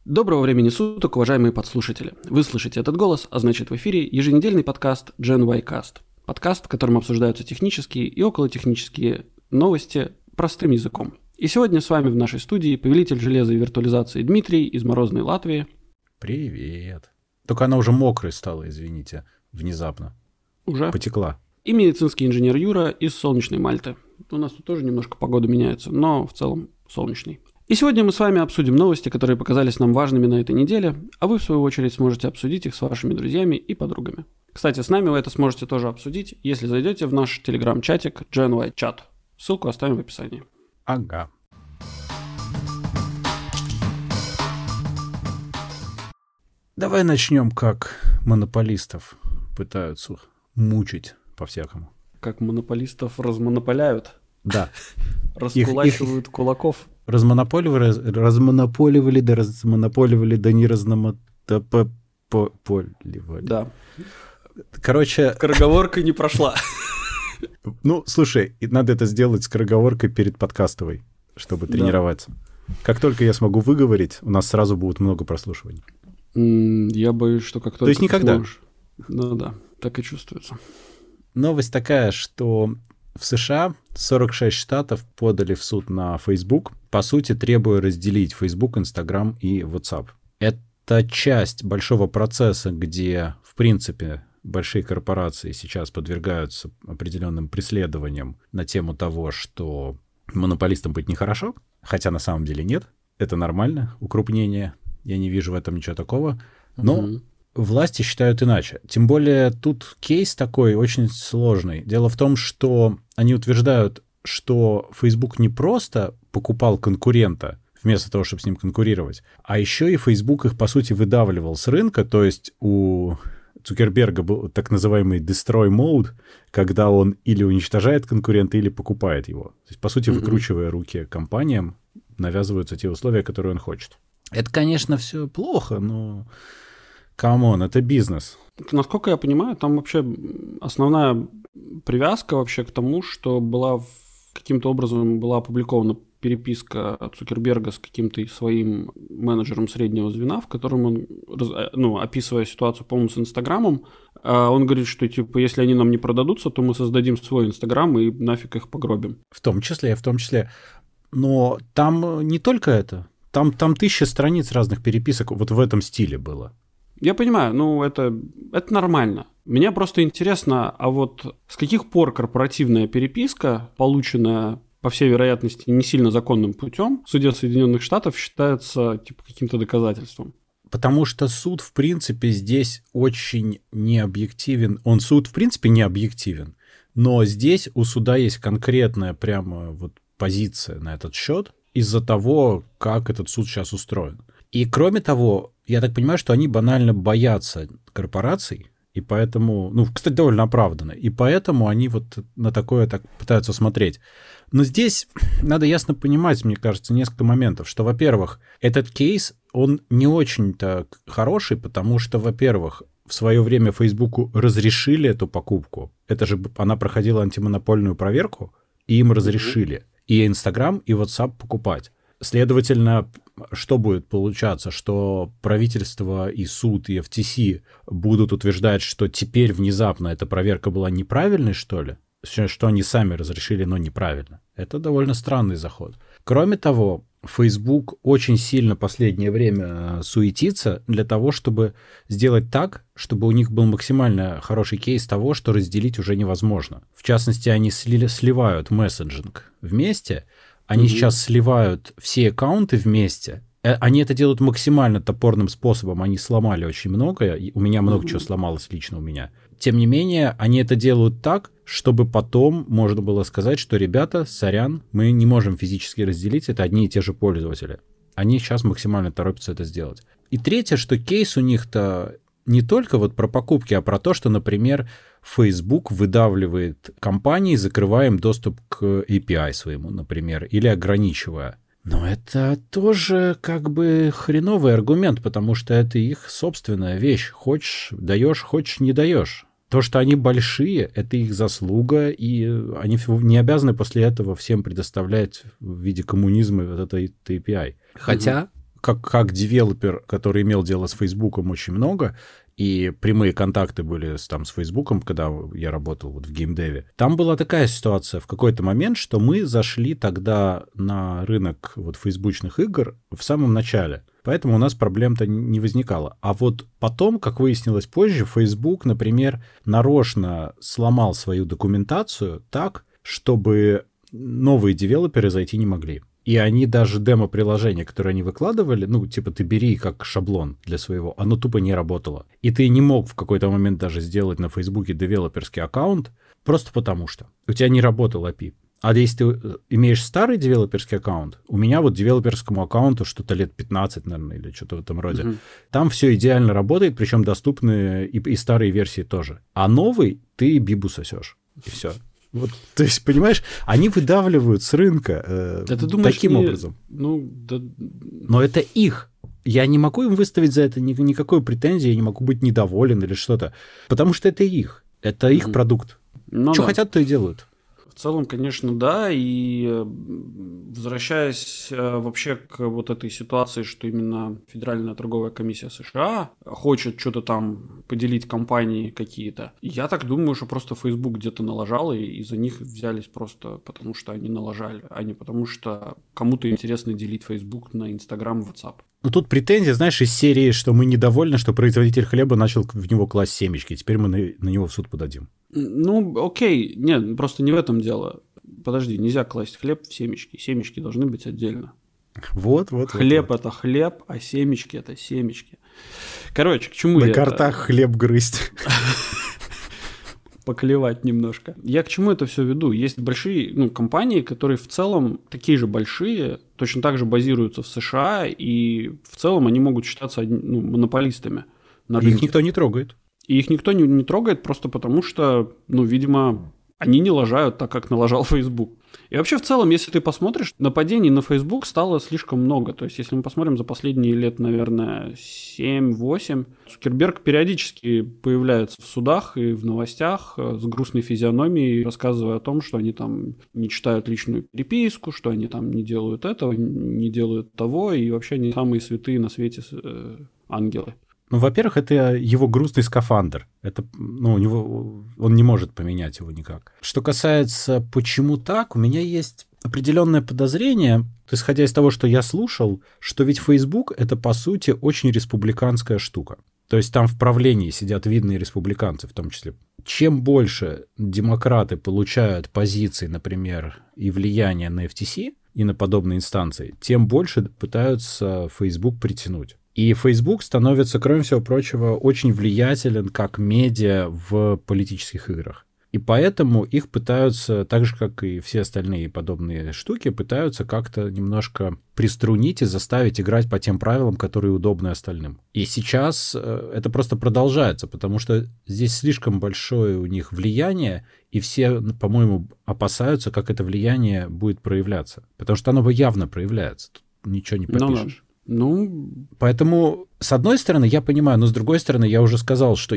Доброго времени суток, уважаемые подслушатели. Вы слышите этот голос, а значит в эфире еженедельный подкаст Gen Y Cast. Подкаст, в котором обсуждаются технические и околотехнические новости простым языком. И сегодня с вами в нашей студии повелитель железа и виртуализации Дмитрий из морозной Латвии. Привет. Только она уже мокрой стала, извините, внезапно. Уже? Потекла. И медицинский инженер Юра из солнечной Мальты. У нас тут тоже немножко погода меняется, но в целом солнечный. И сегодня мы с вами обсудим новости, которые показались нам важными на этой неделе, а вы, в свою очередь, сможете обсудить их с вашими друзьями и подругами. Кстати, с нами вы это сможете тоже обсудить, если зайдете в наш телеграм-чатик Gen Y Chat. Ссылку оставим в описании. Ага. Давай начнем, как монополистов пытаются мучить по-всякому. Как монополистов размонополяют? Да. Раскулачивают кулаков. Размонополивали, да не разномотополивали. Да. Короче... Скороговорка не прошла. Ну, слушай, надо это сделать скороговоркой перед подкастовой, чтобы тренироваться. Как только я смогу выговорить, у нас сразу будет много прослушиваний. Я боюсь, что как только... То есть никогда? Сможешь... Ну да, так и чувствуется. Новость такая, что в США 46 штатов подали в суд на Facebook, по сути, требуя разделить Facebook, Instagram и WhatsApp. Это часть большого процесса, где, в принципе, большие корпорации сейчас подвергаются определенным преследованиям на тему того, что монополистам быть нехорошо, хотя на самом деле нет. Это нормально, укрупнение. Я не вижу в этом ничего такого. Но власти считают иначе. Тем более тут кейс такой очень сложный. Дело в том, что они утверждают, что Facebook не просто покупал конкурента вместо того, чтобы с ним конкурировать, а еще и Facebook их, по сути, выдавливал с рынка. То есть у Цукерберга был так называемый destroy mode, когда он или уничтожает конкурента, или покупает его. То есть, по сути, выкручивая руки компаниям, навязываются те условия, которые он хочет. Это, конечно, все плохо, но... Камон, это бизнес. Насколько я понимаю, там вообще основная привязка вообще к тому, что была каким-то образом была опубликована переписка Цукерберга с каким-то своим менеджером среднего звена, в котором он, описывая ситуацию, по-моему, с Инстаграмом, он говорит, что, типа, если они нам не продадутся, то мы создадим свой Инстаграм и нафиг их погробим. В том числе. Но там не только это. Там 1000 страниц разных переписок вот в этом стиле было. Я понимаю, это нормально. Мне просто интересно, а вот с каких пор корпоративная переписка, полученная, по всей вероятности, не сильно законным путем, в суде Соединенных Штатов считается типа каким-то доказательством? Потому что суд, в принципе, здесь очень необъективен. Суд, в принципе, не объективен. Но здесь у суда есть конкретная прямо вот позиция на этот счет из-за того, как этот суд сейчас устроен. И кроме того, я так понимаю, что они банально боятся корпораций, и поэтому, кстати, довольно оправданно, и поэтому они вот на такое так пытаются смотреть. Но здесь надо ясно понимать, мне кажется, несколько моментов, что, во-первых, этот кейс, он не очень-то хороший, потому что, во-первых, в свое время Фейсбуку разрешили эту покупку, это же она проходила антимонопольную проверку, и им разрешили и Инстаграм, и WhatsApp покупать. Следовательно, что будет получаться? Что правительство и суд, и FTC будут утверждать, что теперь внезапно эта проверка была неправильной, что ли? Что они сами разрешили, но неправильно. Это довольно странный заход. Кроме того, Facebook очень сильно в последнее время суетится для того, чтобы сделать так, чтобы у них был максимально хороший кейс того, что разделить уже невозможно. В частности, они сливают мессенджинг вместе. Они сейчас сливают все аккаунты вместе. Они это делают максимально топорным способом. Они сломали очень многое. У меня много чего сломалось лично у меня. Тем не менее, они это делают так, чтобы потом можно было сказать, что, ребята, сорян, мы не можем физически разделить, это одни и те же пользователи. Они сейчас максимально торопятся это сделать. И третье, что кейс у них-то не только вот про покупки, а про то, что, например, Facebook выдавливает компании, закрывая им доступ к API своему, например, или ограничивая. Но это тоже как бы хреновый аргумент, потому что это их собственная вещь. Хочешь – даешь, хочешь – не даешь. То, что они большие, это их заслуга, и они не обязаны после этого всем предоставлять в виде коммунизма вот это API. Хотя как девелопер, который имел дело с Фейсбуком очень много, и прямые контакты были с Фейсбуком, когда я работал в геймдеве. Там была такая ситуация в какой-то момент, что мы зашли тогда на рынок фейсбучных игр в самом начале. Поэтому у нас проблем-то не возникало. А вот потом, как выяснилось позже, Facebook, например, нарочно сломал свою документацию так, чтобы новые девелоперы зайти не могли. И они даже демо-приложение, которое они выкладывали, ты бери как шаблон для своего, оно тупо не работало. И ты не мог в какой-то момент даже сделать на Фейсбуке девелоперский аккаунт, просто потому что у тебя не работал API. А если ты имеешь старый девелоперский аккаунт, у меня девелоперскому аккаунту что-то лет 15, наверное, или что-то в этом роде, там все идеально работает, причем доступны и старые версии тоже. А новый ты бибу сосешь, и все. То есть, понимаешь, они выдавливают с рынка таким образом. Но это их. Я не могу им выставить за это никакой претензии, я не могу быть недоволен или что-то, потому что это их. Это их продукт. Что хотят, то и делают. В целом, конечно, да, и возвращаясь вообще к этой ситуации, что именно Федеральная торговая комиссия США хочет что-то там поделить компании какие-то, я так думаю, что просто Facebook где-то налажал, и за них взялись просто потому, что они налажали, а не потому, что кому-то интересно делить Facebook на Instagram, WhatsApp. Тут претензия, знаешь, из серии, что мы недовольны, что производитель хлеба начал в него класть семечки. Теперь мы на него в суд подадим. Окей. Нет, просто не в этом дело. Подожди, нельзя класть хлеб в семечки. Семечки должны быть отдельно. Хлеб это хлеб, а семечки это семечки. Короче, к чему я это? На картах хлеб грызть. Поклевать немножко. Я к чему это все веду? Есть большие компании, которые в целом такие же большие, точно так же базируются в США, и в целом они могут считаться монополистами на рынке. Их никто не трогает. И их никто не трогает просто потому, что, видимо, они не лажают так, как налажал Facebook. И вообще, в целом, если ты посмотришь, нападений на Facebook стало слишком много. То есть, если мы посмотрим за последние лет, наверное, 7-8, Цукерберг периодически появляется в судах и в новостях с грустной физиономией, рассказывая о том, что они там не читают личную переписку, что они там не делают этого, не делают того, и вообще они самые святые на свете ангелы. Во-первых, это его грустный скафандр. Это, у него, он не может поменять его никак. Что касается почему так, у меня есть определенное подозрение, исходя из того, что я слушал, что ведь Facebook — это, по сути, очень республиканская штука. То есть там в правлении сидят видные республиканцы в том числе. Чем больше демократы получают позиций, например, и влияния на FTC и на подобные инстанции, тем больше пытаются Facebook притянуть. И Facebook становится, кроме всего прочего, очень влиятелен как медиа в политических играх. И поэтому их пытаются, так же, как и все остальные подобные штуки, пытаются как-то немножко приструнить и заставить играть по тем правилам, которые удобны остальным. И сейчас это просто продолжается, потому что здесь слишком большое у них влияние, и все, по-моему, опасаются, как это влияние будет проявляться. Потому что оно явно проявляется. Тут ничего не попишешь. Поэтому, с одной стороны, я понимаю, но с другой стороны, я уже сказал, что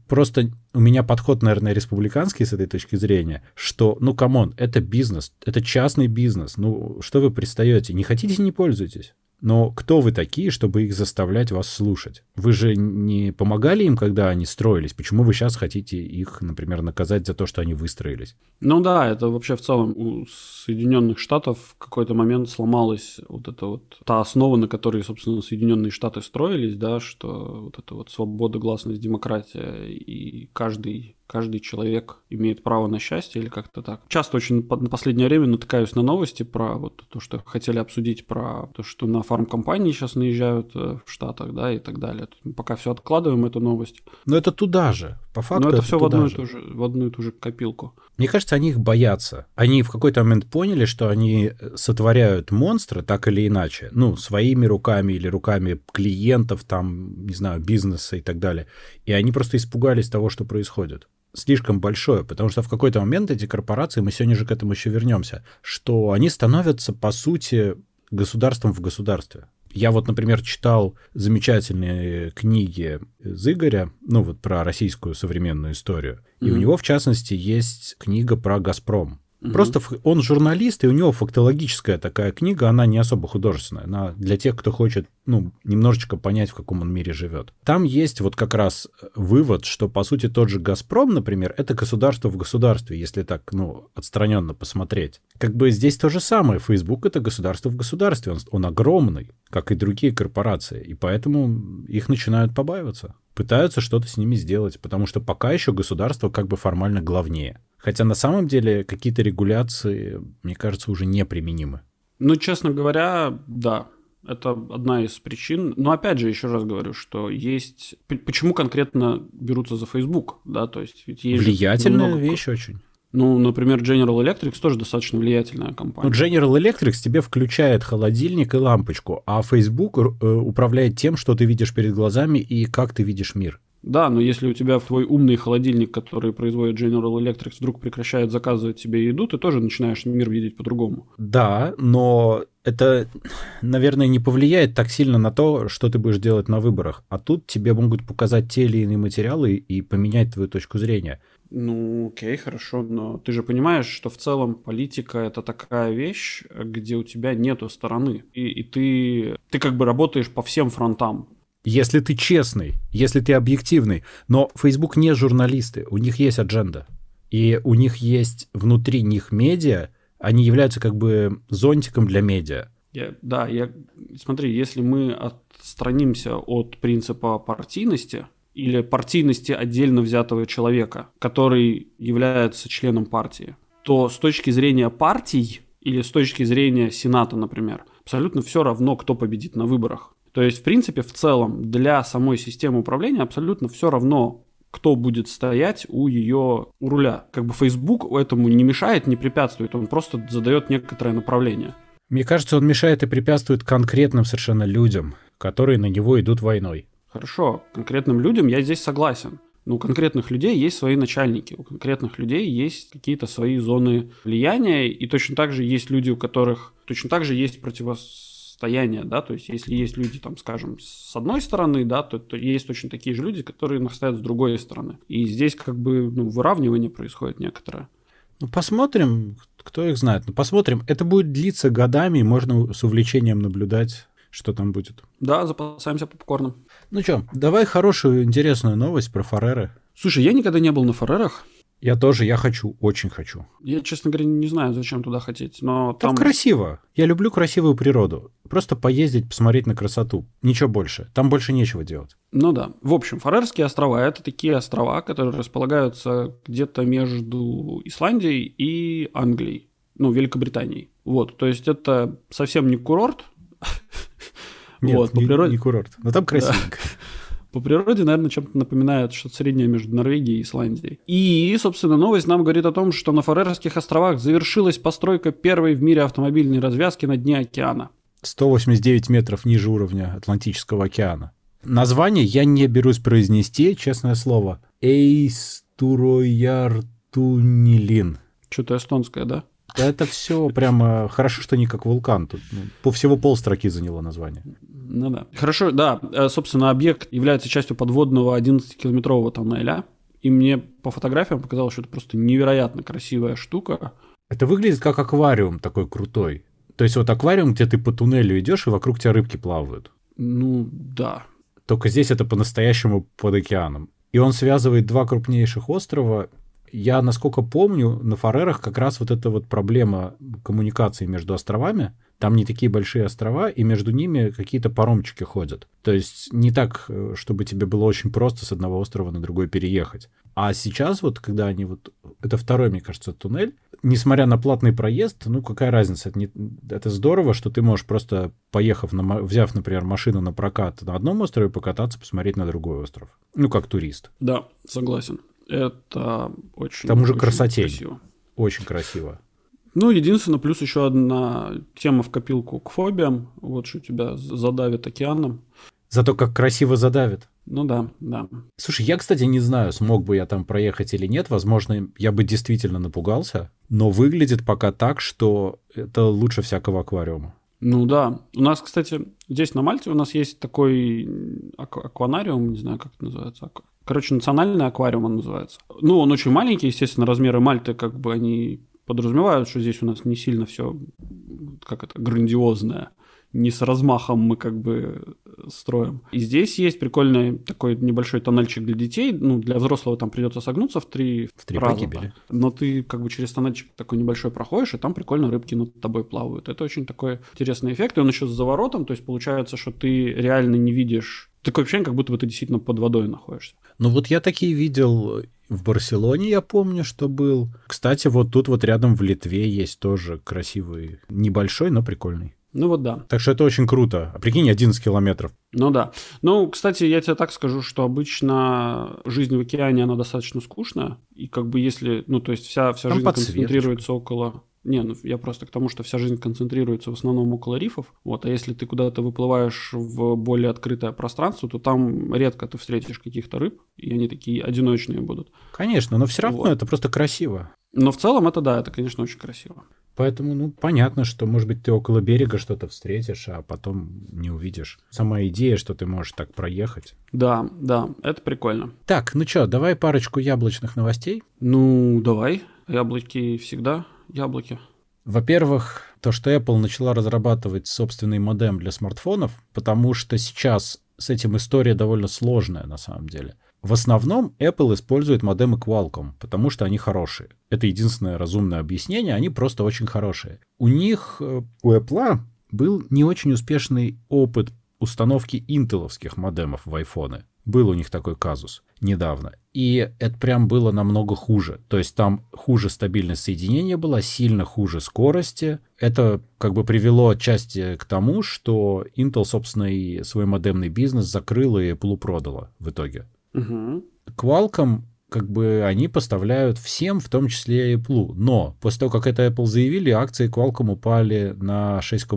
у меня подход, наверное, республиканский с этой точки зрения, что, камон, это бизнес, это частный бизнес, что вы пристаете? Не хотите, не пользуйтесь. Но кто вы такие, чтобы их заставлять вас слушать? Вы же не помогали им, когда они строились. Почему вы сейчас хотите их, например, наказать за то, что они выстроились? Да, это вообще в целом у Соединенных Штатов в какой-то момент сломалась та основа, на которой, собственно, Соединенные Штаты строились, да, что свобода, гласность, демократия, и каждый человек имеет право на счастье или как-то так. Часто очень на последнее время натыкаюсь на новости про то, что хотели обсудить, про то, что на фармкомпании сейчас наезжают в Штатах, да, и так далее. Пока все откладываем эту новость. Но это туда же, по факту. Но это все в одну и ту же копилку. Мне кажется, они их боятся. Они в какой-то момент поняли, что они сотворяют монстра так или иначе. Своими руками или руками клиентов, бизнеса и так далее. И они просто испугались того, что происходит. Слишком большое, потому что в какой-то момент эти корпорации, мы сегодня же к этому еще вернемся, что они становятся, по сути, государством в государстве. Я например, читал замечательные книги Зыгоря, про российскую современную историю. И у него, в частности, есть книга про «Газпром». Просто он журналист, и у него фактологическая такая книга, она не особо художественная, она для тех, кто хочет, немножечко понять, в каком он мире живет. Там есть вот как раз вывод, что, по сути, тот же «Газпром», например, это государство в государстве, если так, отстраненно посмотреть. Как бы здесь то же самое. Facebook — это государство в государстве, он огромный, как и другие корпорации, и поэтому их начинают побаиваться. Пытаются что-то с ними сделать, потому что пока еще государство как бы формально главнее. Хотя на самом деле какие-то регуляции, мне кажется, уже неприменимы. Честно говоря, да, это одна из причин. Но опять же, еще раз говорю, что есть... Почему конкретно берутся за Facebook? Да, то есть, ведь есть влиятельная вещь очень. Например, General Electric тоже достаточно влиятельная компания. General Electric тебе включает холодильник и лампочку, а Facebook управляет тем, что ты видишь перед глазами и как ты видишь мир. Да, но если у тебя твой умный холодильник, который производит General Electric, вдруг прекращает заказывать тебе еду, ты тоже начинаешь мир видеть по-другому. Да, но это, наверное, не повлияет так сильно на то, что ты будешь делать на выборах. А тут тебе могут показать те или иные материалы и поменять твою точку зрения. Окей, хорошо, но ты же понимаешь, что в целом политика — это такая вещь, где у тебя нету стороны, и ты как бы работаешь по всем фронтам. Если ты честный, если ты объективный, но Facebook не журналисты, у них есть адженда, и у них есть внутри них медиа, они являются как бы зонтиком для медиа. Смотри, если мы отстранимся от принципа партийности или партийности отдельно взятого человека, который является членом партии, то с точки зрения партий или с точки зрения Сената, например, абсолютно все равно, кто победит на выборах. То есть, в принципе, в целом, для самой системы управления абсолютно все равно, кто будет стоять у руля. Как бы Facebook этому не мешает, не препятствует, он просто задает некоторое направление. Мне кажется, он мешает и препятствует конкретным совершенно людям, которые на него идут войной. Хорошо, конкретным людям я здесь согласен. Но у конкретных людей есть свои начальники, у конкретных людей есть какие-то свои зоны влияния, и точно так же есть люди, у которых точно так же есть противостояние, да, то есть если есть люди, там, скажем, с одной стороны, да, то есть точно такие же люди, которые стоят с другой стороны. И здесь как бы выравнивание происходит некоторое. Посмотрим, кто их знает. Посмотрим, это будет длиться годами, и можно с увлечением наблюдать, что там будет. Да, запасаемся попкорном. Давай хорошую, интересную новость про фареры. Слушай, я никогда не был на фарерах. Я тоже, я хочу, очень хочу. Я, честно говоря, не знаю, зачем туда хотеть, но там красиво. Я люблю красивую природу. Просто поездить, посмотреть на красоту. Ничего больше. Там больше нечего делать. Да. В общем, Фарерские острова — это такие острова, которые располагаются где-то между Исландией и Англией. Великобританией. То есть это совсем не курорт. Нет, не курорт. Но там красивенько. По природе, наверное, чем-то напоминает что-то среднее между Норвегией и Исландией. И, собственно, новость нам говорит о том, что на Фарерских островах завершилась постройка первой в мире автомобильной развязки на дне океана. 189 метров ниже уровня Атлантического океана. Название я не берусь произнести, честное слово. Эйстурояртунилин. Что-то эстонское, да? Да это все прямо хорошо, что не как вулкан. Тут по всего полстроки заняло название. Да. Хорошо, да. Собственно, объект является частью подводного 11-километрового тоннеля. И мне по фотографиям показалось, что это просто невероятно красивая штука. Это выглядит как аквариум такой крутой. То есть аквариум, где ты по туннелю идешь, и вокруг тебя рыбки плавают. Да. Только здесь это по-настоящему под океаном. И он связывает два крупнейших острова. Я, насколько помню, на Фарерах как раз эта проблема коммуникации между островами. Там не такие большие острова, и между ними какие-то паромчики ходят. То есть не так, чтобы тебе было очень просто с одного острова на другой переехать. А сейчас когда они это второй, мне кажется, туннель, несмотря на платный проезд, какая разница? Это здорово, что ты можешь просто, взяв, например, машину на прокат на одном острове, покататься, посмотреть на другой остров. Как турист. Да, согласен. Это очень, к тому же очень красотень. Красиво. Очень красиво. Единственное, плюс еще одна тема в копилку к фобиям. Что тебя задавит океаном. Зато как красиво задавит. Да. Слушай, я, кстати, не знаю, смог бы я там проехать или нет. Возможно, я бы действительно напугался. Но выглядит пока так, что это лучше всякого аквариума. Да. У нас, кстати, здесь на Мальте у нас есть такой акванариум, не знаю, как это называется. Национальный аквариум он называется. Он очень маленький, естественно, размеры Мальты, они подразумевают, что здесь у нас не сильно все, как это, грандиозное. Не с размахом мы как бы строим. И здесь есть прикольный такой небольшой тоннельчик для детей. Ну, для взрослого там придется согнуться в три раза. Погибели. Но ты как бы через тоннельчик такой небольшой проходишь, и там прикольно рыбки над тобой плавают. Это очень такой интересный эффект. И он еще с заворотом, то есть получается, что ты реально не видишь... Такое ощущение, как будто бы ты действительно под водой находишься. Ну вот я такие видел в Барселоне, я помню, что был. Кстати, вот тут вот рядом в Литве есть тоже красивый, небольшой, но прикольный. Ну вот да. Так что это очень круто. А прикинь, 11 километров. Ну да. Ну, кстати, я тебе так скажу, что обычно жизнь в океане, она достаточно скучная. И как бы если... Ну, то есть вся жизнь концентрируется около... Не, ну я просто к тому, что вся жизнь концентрируется в основном около рифов. Вот, а если ты куда-то выплываешь в более открытое пространство, то там редко ты встретишь каких-то рыб, и они такие одиночные будут. Конечно, но все равно это просто красиво. Но в целом это да, это, конечно, очень красиво. Поэтому, ну, понятно, что, может быть, ты около берега что-то встретишь, а потом не увидишь. Сама идея, что ты можешь так проехать. Да, это прикольно. Так, ну что, давай парочку яблочных новостей. Ну, давай. Яблоки всегда яблоки. Во-первых, то, что Apple начала разрабатывать собственный модем для смартфонов, потому что сейчас с этим история довольно сложная на самом деле. В основном Apple использует модемы Qualcomm, потому что они хорошие. Это единственное разумное объяснение, они просто очень хорошие. У Apple был не очень успешный опыт установки интеловских модемов в айфоны. Был у них такой казус недавно. И это прям было намного хуже. То есть там хуже стабильность соединения была, сильно хуже скорости. Это как бы привело отчасти к тому, что Intel, собственно, и свой модемный бизнес закрыл и полупродала в итоге. Угу. Qualcomm, как бы, они поставляют всем, в том числе и Apple. Но после того, как это Apple заявили, акции Qualcomm упали на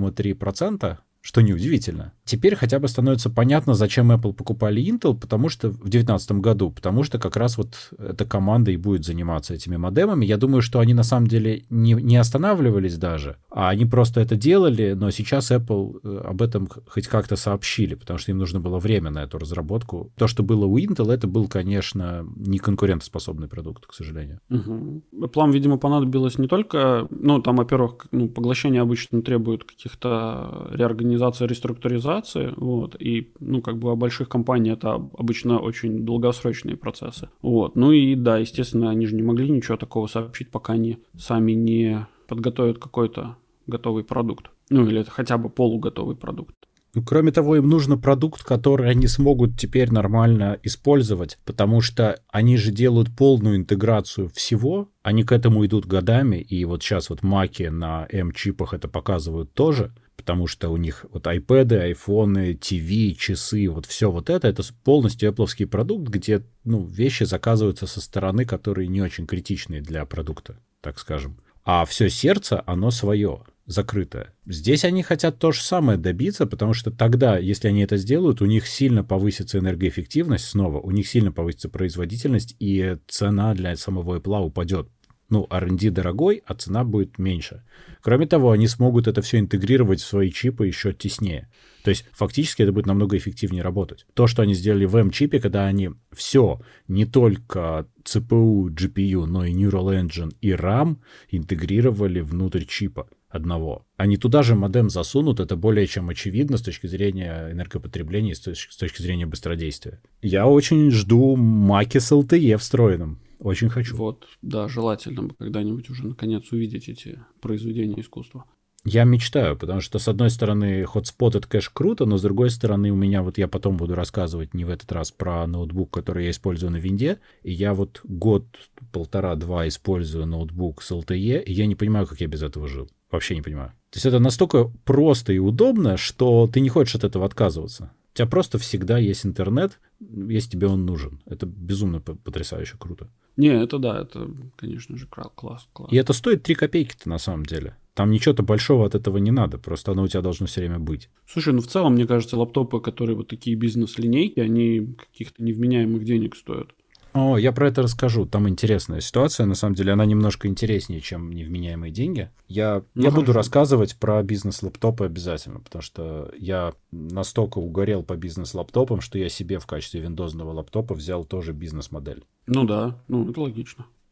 6,3%, что неудивительно. Теперь хотя бы становится понятно, зачем Apple покупали Intel, потому что в 2019 году, потому что как раз вот эта команда и будет заниматься этими модемами. Я думаю, что они на самом деле не останавливались даже, а они просто это делали, но сейчас Apple об этом хоть как-то сообщили, потому что им нужно было время на эту разработку. То, что было у Intel, это был, конечно, не конкурентоспособный продукт, к сожалению. Угу. Apple, видимо, понадобилось не только... Ну, там, во-первых, поглощение обычно требует каких-то реорганизаций, реструктуризации, вот, и, ну, как бы, у больших компаний это обычно очень долгосрочные процессы, вот, ну и, да, естественно, они же не могли ничего такого сообщить, пока они сами не подготовят какой-то готовый продукт, ну, или это хотя бы полуготовый продукт. Ну, кроме того, им нужен продукт, который они смогут теперь нормально использовать, потому что они же делают полную интеграцию всего, они к этому идут годами, и вот сейчас вот Маки на M-чипах это показывают тоже, потому что у них вот iPad, айфоны, ТВ, часы, вот все вот это полностью Apple'овский продукт, где, ну, вещи заказываются со стороны, которые не очень критичные для продукта, так скажем. А все сердце, оно свое, закрытое. Здесь они хотят то же самое добиться, потому что тогда, если они это сделают, у них сильно повысится энергоэффективность снова, у них сильно повысится производительность, и цена для самого Apple упадет. Ну, R&D дорогой, а цена будет меньше. Кроме того, они смогут это все интегрировать в свои чипы еще теснее. То есть, фактически, это будет намного эффективнее работать. То, что они сделали в M-чипе, когда они все, не только CPU, GPU, но и Neural Engine и RAM интегрировали внутрь чипа одного. Они туда же модем засунут, это более чем очевидно с точки зрения энергопотребления и с точки зрения быстродействия. Я очень жду Маки с LTE встроенным. Очень хочу. Вот, да, желательно бы когда-нибудь уже наконец увидеть эти произведения искусства. Я мечтаю, потому что, с одной стороны, Hotspot — это, конечно, круто, но, с другой стороны, у меня вот я потом буду рассказывать не в этот раз про ноутбук, который я использую на винде, и я вот год, полтора-два использую ноутбук с LTE, и я не понимаю, как я без этого жил. Вообще не понимаю. То есть это настолько просто и удобно, что ты не хочешь от этого отказываться. У тебя просто всегда есть интернет, если тебе он нужен. Это безумно потрясающе круто. Не, это да, это, конечно же, класс. И это стоит 3 копейки-то на самом деле. Там ничего-то большого от этого не надо, просто оно у тебя должно все время быть. Слушай, ну в целом, мне кажется, лаптопы, которые вот такие бизнес-линейки, они каких-то невменяемых денег стоят. О, я про это расскажу. Там интересная ситуация. На самом деле, она немножко интереснее, чем невменяемые деньги. Я буду рассказывать про бизнес-лаптопы обязательно, потому что я настолько угорел по бизнес-лаптопам, что я себе в качестве виндозного лаптопа взял тоже бизнес-модель. Ну да, ну это логично.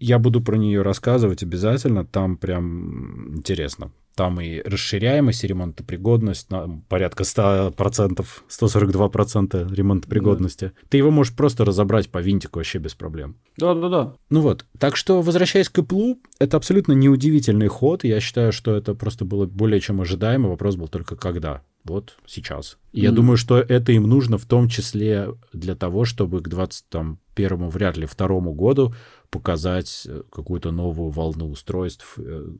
Я буду про нее рассказывать обязательно, там прям интересно. Там и расширяемость, и ремонтопригодность, порядка 100%, 142% ремонтопригодности. Да. Ты его можешь просто разобрать по винтику вообще без проблем. Да. Ну вот, так что, возвращаясь к Apple, это абсолютно неудивительный ход. Я считаю, что это просто было более чем ожидаемо. Вопрос был только когда. Вот сейчас. И я думаю, что это им нужно в том числе для того, чтобы к 21-му, вряд ли, 2-му году показать какую-то новую волну устройств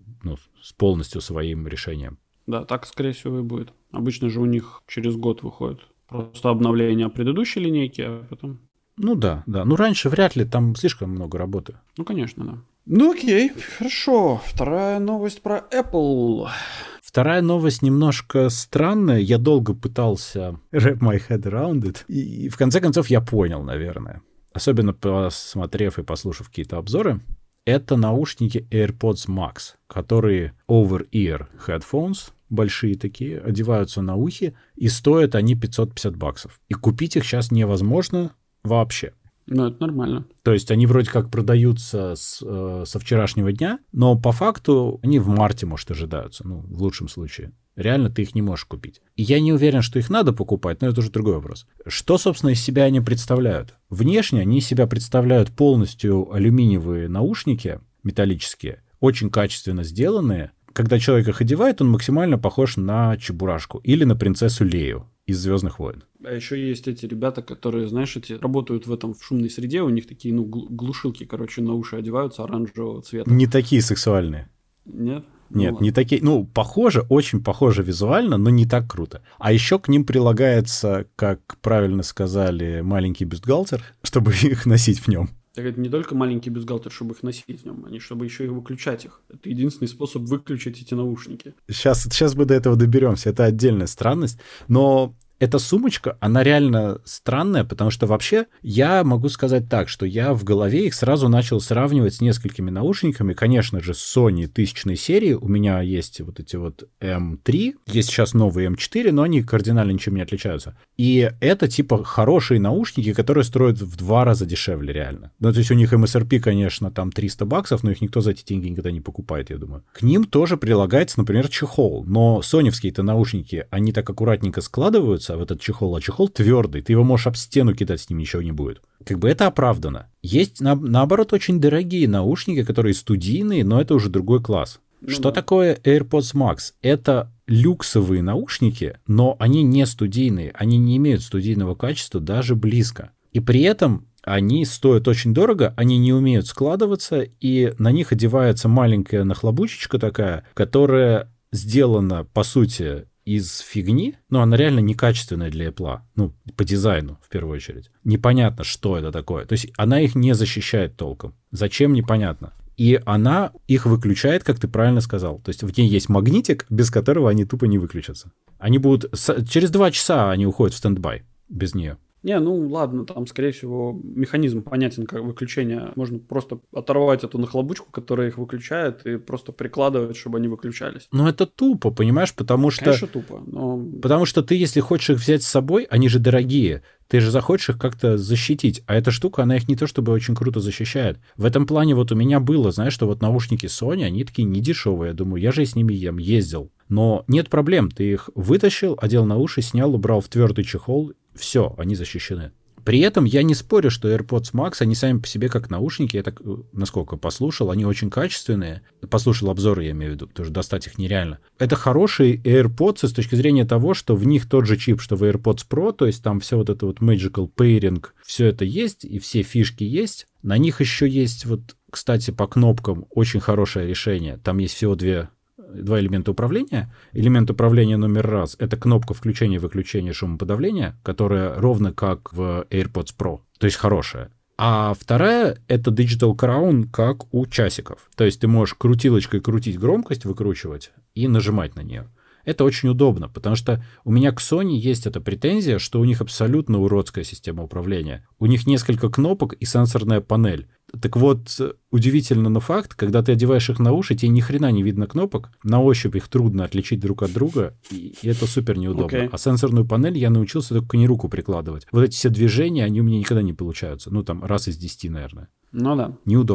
с полностью своим решением. Да, так, скорее всего, и будет. Обычно же у них через год выходит просто обновление предыдущей линейки, а потом... Ну да. Ну раньше вряд ли, там слишком много работы. Ну, конечно, да. Ну окей, хорошо. Вторая новость про Apple. Вторая новость немножко странная. Я долго пытался wrap my head around it. И в конце концов я понял, наверное. Особенно посмотрев и послушав какие-то обзоры. Это наушники AirPods Max, которые over-ear headphones, большие такие, одеваются на ухе, и стоят они $550. И купить их сейчас невозможно вообще. Ну, это нормально. То есть они вроде как продаются со вчерашнего дня, но по факту они в марте, может, ожидаются, ну, в лучшем случае. Реально ты их не можешь купить. И я не уверен, что их надо покупать, но это уже другой вопрос. Что, собственно, из себя они представляют? Внешне они из себя представляют полностью алюминиевые наушники, металлические, очень качественно сделанные. Когда человек их одевает, он максимально похож на Чебурашку или на принцессу Лею из «Звездных войн». А еще есть эти ребята, которые, знаешь, работают в шумной среде, у них такие, глушилки, на уши одеваются оранжевого цвета. Не такие сексуальные. Нет? Нет, не такие, похоже, очень похоже визуально, но не так круто. А еще к ним прилагается, как правильно сказали, маленький бюстгальтер, чтобы их носить в нем. Так это не только маленький бюстгальтер, чтобы их носить в нем, чтобы еще и выключать их. Это единственный способ выключить эти наушники. Сейчас мы до этого доберемся, это отдельная странность, но... Эта сумочка, она реально странная, потому что вообще я могу сказать так, что я в голове их сразу начал сравнивать с несколькими наушниками. Конечно же, с Sony 1000 серии. У меня есть вот эти вот M3, есть сейчас новые M4, но они кардинально ничем не отличаются. И это типа хорошие наушники, которые стоят в 2 раза дешевле реально. Ну, то есть у них MSRP, конечно, там $300, но их никто за эти деньги никогда не покупает, я думаю. К ним тоже прилагается, например, чехол. Но соневские-то наушники, они так аккуратненько складываются в этот чехол, а чехол твердый, ты его можешь об стену кидать, с ним ничего не будет. Как бы это оправдано. Есть, наоборот, очень дорогие наушники, которые студийные, но это уже другой класс. Что такое AirPods Max? Это люксовые наушники, но они не студийные, они не имеют студийного качества даже близко. И при этом они стоят очень дорого, они не умеют складываться, и на них одевается маленькая нахлобучечка такая, которая сделана, по сути, из фигни, но она реально некачественная для Apple. Ну, по дизайну, в первую очередь. Непонятно, что это такое. То есть она их не защищает толком. Зачем, непонятно. И она их выключает, как ты правильно сказал. То есть в ней есть магнитик, без которого они тупо не выключатся. Они будут... Через 2 часа они уходят в стендбай без нее. Не, ладно, там, скорее всего, механизм понятен, как выключение. Можно просто оторвать эту нахлобучку, которая их выключает, и просто прикладывать, чтобы они выключались. Ну, это тупо, понимаешь, потому что... Конечно, тупо, но... Потому что ты, если хочешь их взять с собой, они же дорогие. Ты же захочешь их как-то защитить. А эта штука, она их не то чтобы очень круто защищает. В этом плане вот у меня было, знаешь, что вот наушники Sony, они такие недешевые. Я думаю, я же с ними ездил. Но нет проблем. Ты их вытащил, одел на уши, снял, убрал в твердый чехол. Все, они защищены. При этом я не спорю, что AirPods Max, они сами по себе как наушники, я так, насколько послушал, они очень качественные. Послушал обзоры, я имею в виду, потому что достать их нереально. Это хорошие AirPods с точки зрения того, что в них тот же чип, что в AirPods Pro, то есть там все вот это вот Magical Pairing, все это есть, и все фишки есть. На них еще есть вот, кстати, по кнопкам очень хорошее решение. Там есть всего два элемента управления. Элемент управления номер раз — это кнопка включения и выключения шумоподавления, которая ровно как в AirPods Pro, то есть хорошая. А вторая — это Digital Crown, как у часиков. То есть ты можешь крутилочкой крутить громкость, выкручивать и нажимать на нее. Это очень удобно, потому что у меня к Sony есть эта претензия, что у них абсолютно уродская система управления. У них несколько кнопок и сенсорная панель. Так вот, удивительно, но факт, когда ты одеваешь их на уши, тебе ни хрена не видно кнопок, на ощупь их трудно отличить друг от друга, и это супер неудобно. Okay. А сенсорную панель я научился только не руку прикладывать. Вот эти все движения, они у меня никогда не получаются. Ну, там, раз из 10, наверное. Ну да. Неудобно.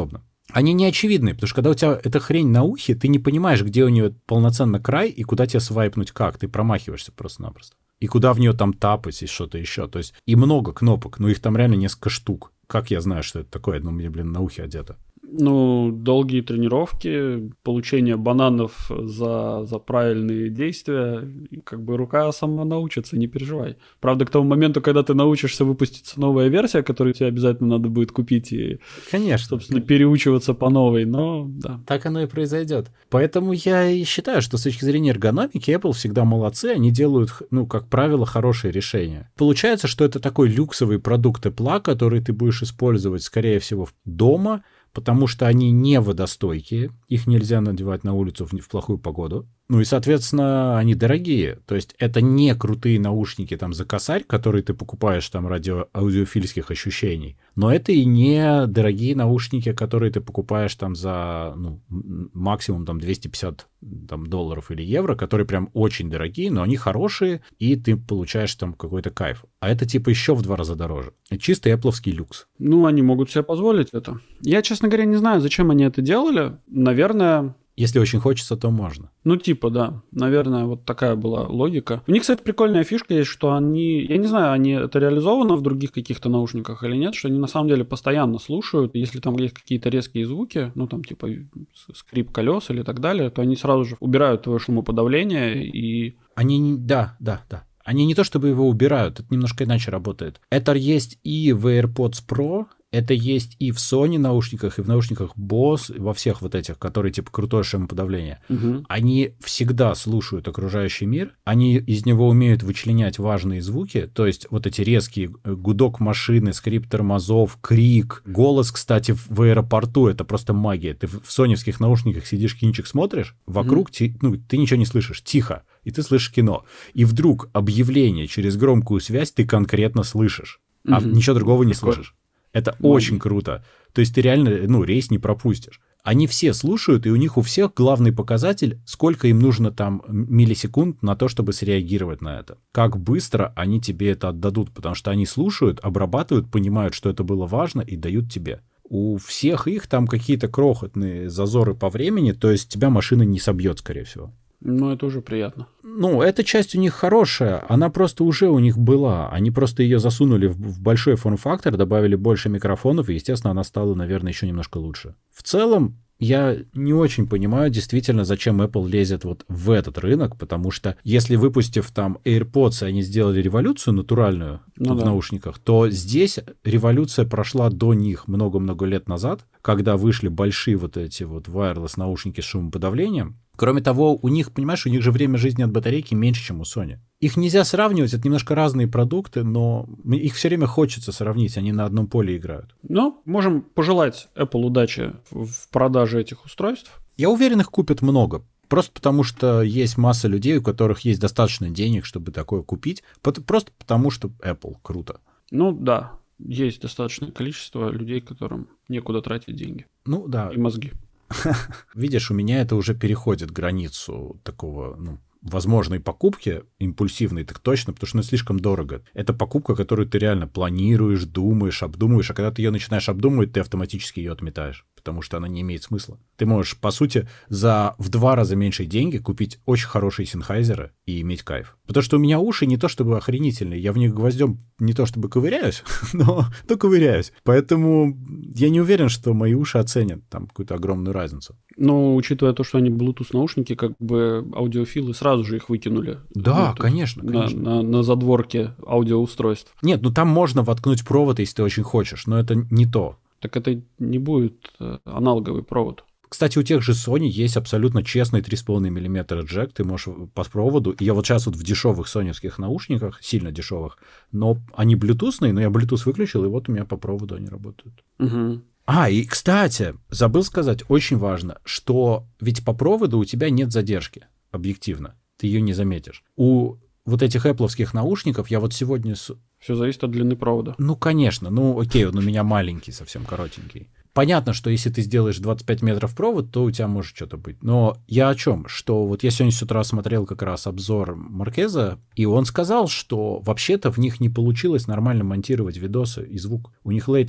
Они не очевидны, потому что когда у тебя эта хрень на ухе, ты не понимаешь, где у нее полноценно край и куда тебе свайпнуть как. Ты промахиваешься просто-напросто. И куда в нее там тапать и что-то еще. То есть и много кнопок, но их там реально несколько штук. Как я знаю, что это такое? Одно мне, на ухе одето. Ну, долгие тренировки, получение бананов за правильные действия, как бы рука сама научится, не переживай. Правда, к тому моменту, когда ты научишься, выпустится новая версия, которую тебе обязательно надо будет купить и, конечно, собственно, переучиваться по новой, но да. Так оно и произойдет. Поэтому я и считаю, что с точки зрения эргономики Apple всегда молодцы, они делают, ну, как правило, хорошие решения. Получается, что это такой люксовый продукт Apple, который ты будешь использовать, скорее всего, дома, потому что они не водостойкие, их нельзя надевать на улицу в плохую погоду. Ну и, соответственно, они дорогие. То есть это не крутые наушники там за косарь, которые ты покупаешь там ради аудиофильских ощущений. Но это и не дорогие наушники, которые ты покупаешь там за максимум там 250 там, долларов или евро, которые прям очень дорогие, но они хорошие, и ты получаешь там какой-то кайф. А это типа еще в 2 раза дороже. Это чистый Apple'овский люкс. Ну, они могут себе позволить это. Я, честно говоря, не знаю, зачем они это делали. Наверное... Если очень хочется, то можно. Ну, типа, да. Наверное, вот такая была логика. У них, кстати, прикольная фишка есть, что они... Я не знаю, они это реализовано в других каких-то наушниках или нет, что они на самом деле постоянно слушают. Если там есть какие-то резкие звуки, ну, там, типа, скрип колес или так далее, то они сразу же убирают твое шумоподавление и... Они... Да. Они не то чтобы его убирают, это немножко иначе работает. Это есть и в AirPods Pro, это есть и в Sony наушниках, и в наушниках Bose, и во всех вот этих, которые типа крутое шумоподавление. Угу. Они всегда слушают окружающий мир, они из него умеют вычленять важные звуки, то есть вот эти резкие гудок машины, скрип тормозов, крик, голос, кстати, в аэропорту, это просто магия. Ты в соневских наушниках сидишь, кинчик смотришь, вокруг ты ничего не слышишь, тихо, и ты слышишь кино. И вдруг объявление через громкую связь ты конкретно слышишь, а ничего другого не слышишь. Это очень круто. То есть ты реально, рейс не пропустишь. Они все слушают, и у них у всех главный показатель, сколько им нужно там миллисекунд на то, чтобы среагировать на это. Как быстро они тебе это отдадут, потому что они слушают, обрабатывают, понимают, что это было важно, и дают тебе. У всех их там какие-то крохотные зазоры по времени, то есть тебя машина не собьет, скорее всего. Ну, это уже приятно. Эта часть у них хорошая, она просто уже у них была. Они просто ее засунули в большой форм-фактор, добавили больше микрофонов, и, естественно, она стала, наверное, еще немножко лучше. В целом, я не очень понимаю действительно, зачем Apple лезет вот в этот рынок, потому что если, выпустив там AirPods, они сделали революцию натуральную в наушниках, то здесь революция прошла до них много-много лет назад, когда вышли большие вот эти вот wireless наушники с шумоподавлением. Кроме того, у них, понимаешь, у них же время жизни от батарейки меньше, чем у Sony. Их нельзя сравнивать, это немножко разные продукты, но их все время хочется сравнить, они на одном поле играют. Ну, можем пожелать Apple удачи в продаже этих устройств. Я уверен, их купят много. Просто потому, что есть масса людей, у которых есть достаточно денег, чтобы такое купить. Просто потому, что Apple круто. Ну да, есть достаточное количество людей, которым некуда тратить деньги. Ну да. И мозги. Видишь, у меня это уже переходит границу такого, возможной покупки, импульсивной, так точно, потому что слишком дорого. Это покупка, которую ты реально планируешь, думаешь, обдумываешь, а когда ты ее начинаешь обдумывать, ты автоматически ее отметаешь, потому что она не имеет смысла. Ты можешь, по сути, в 2 раза меньше деньги купить очень хорошие синхайзеры и иметь кайф. Потому что у меня уши не то чтобы охренительные, я в них гвоздем не то чтобы ковыряюсь, но ковыряюсь. Поэтому я не уверен, что мои уши оценят там какую-то огромную разницу. Но учитывая то, что они Bluetooth-наушники, как бы аудиофилы сразу же их выкинули. Да, конечно. На задворке аудиоустройств. Нет, там можно воткнуть провод, если ты очень хочешь, но это не то. Так это не будет аналоговый провод. Кстати, у тех же Sony есть абсолютно честный 3,5 мм джек, ты можешь по проводу, я вот сейчас вот в дешевых соневских наушниках, сильно дешевых, но они блютусные, но я Bluetooth выключил, и вот у меня по проводу они работают. Угу. И, кстати, забыл сказать, очень важно, что ведь по проводу у тебя нет задержки, объективно, ты ее не заметишь. У вот этих Apple'овских наушников я вот сегодня... Все зависит от длины провода. Конечно, окей, он у меня маленький, совсем коротенький. Понятно, что если ты сделаешь 25 метров провод, то у тебя может что-то быть. Но я о чем? Что вот я сегодня с утра смотрел как раз обзор Маркеза, и он сказал, что вообще-то в них не получилось нормально монтировать видосы и звук. У них latency.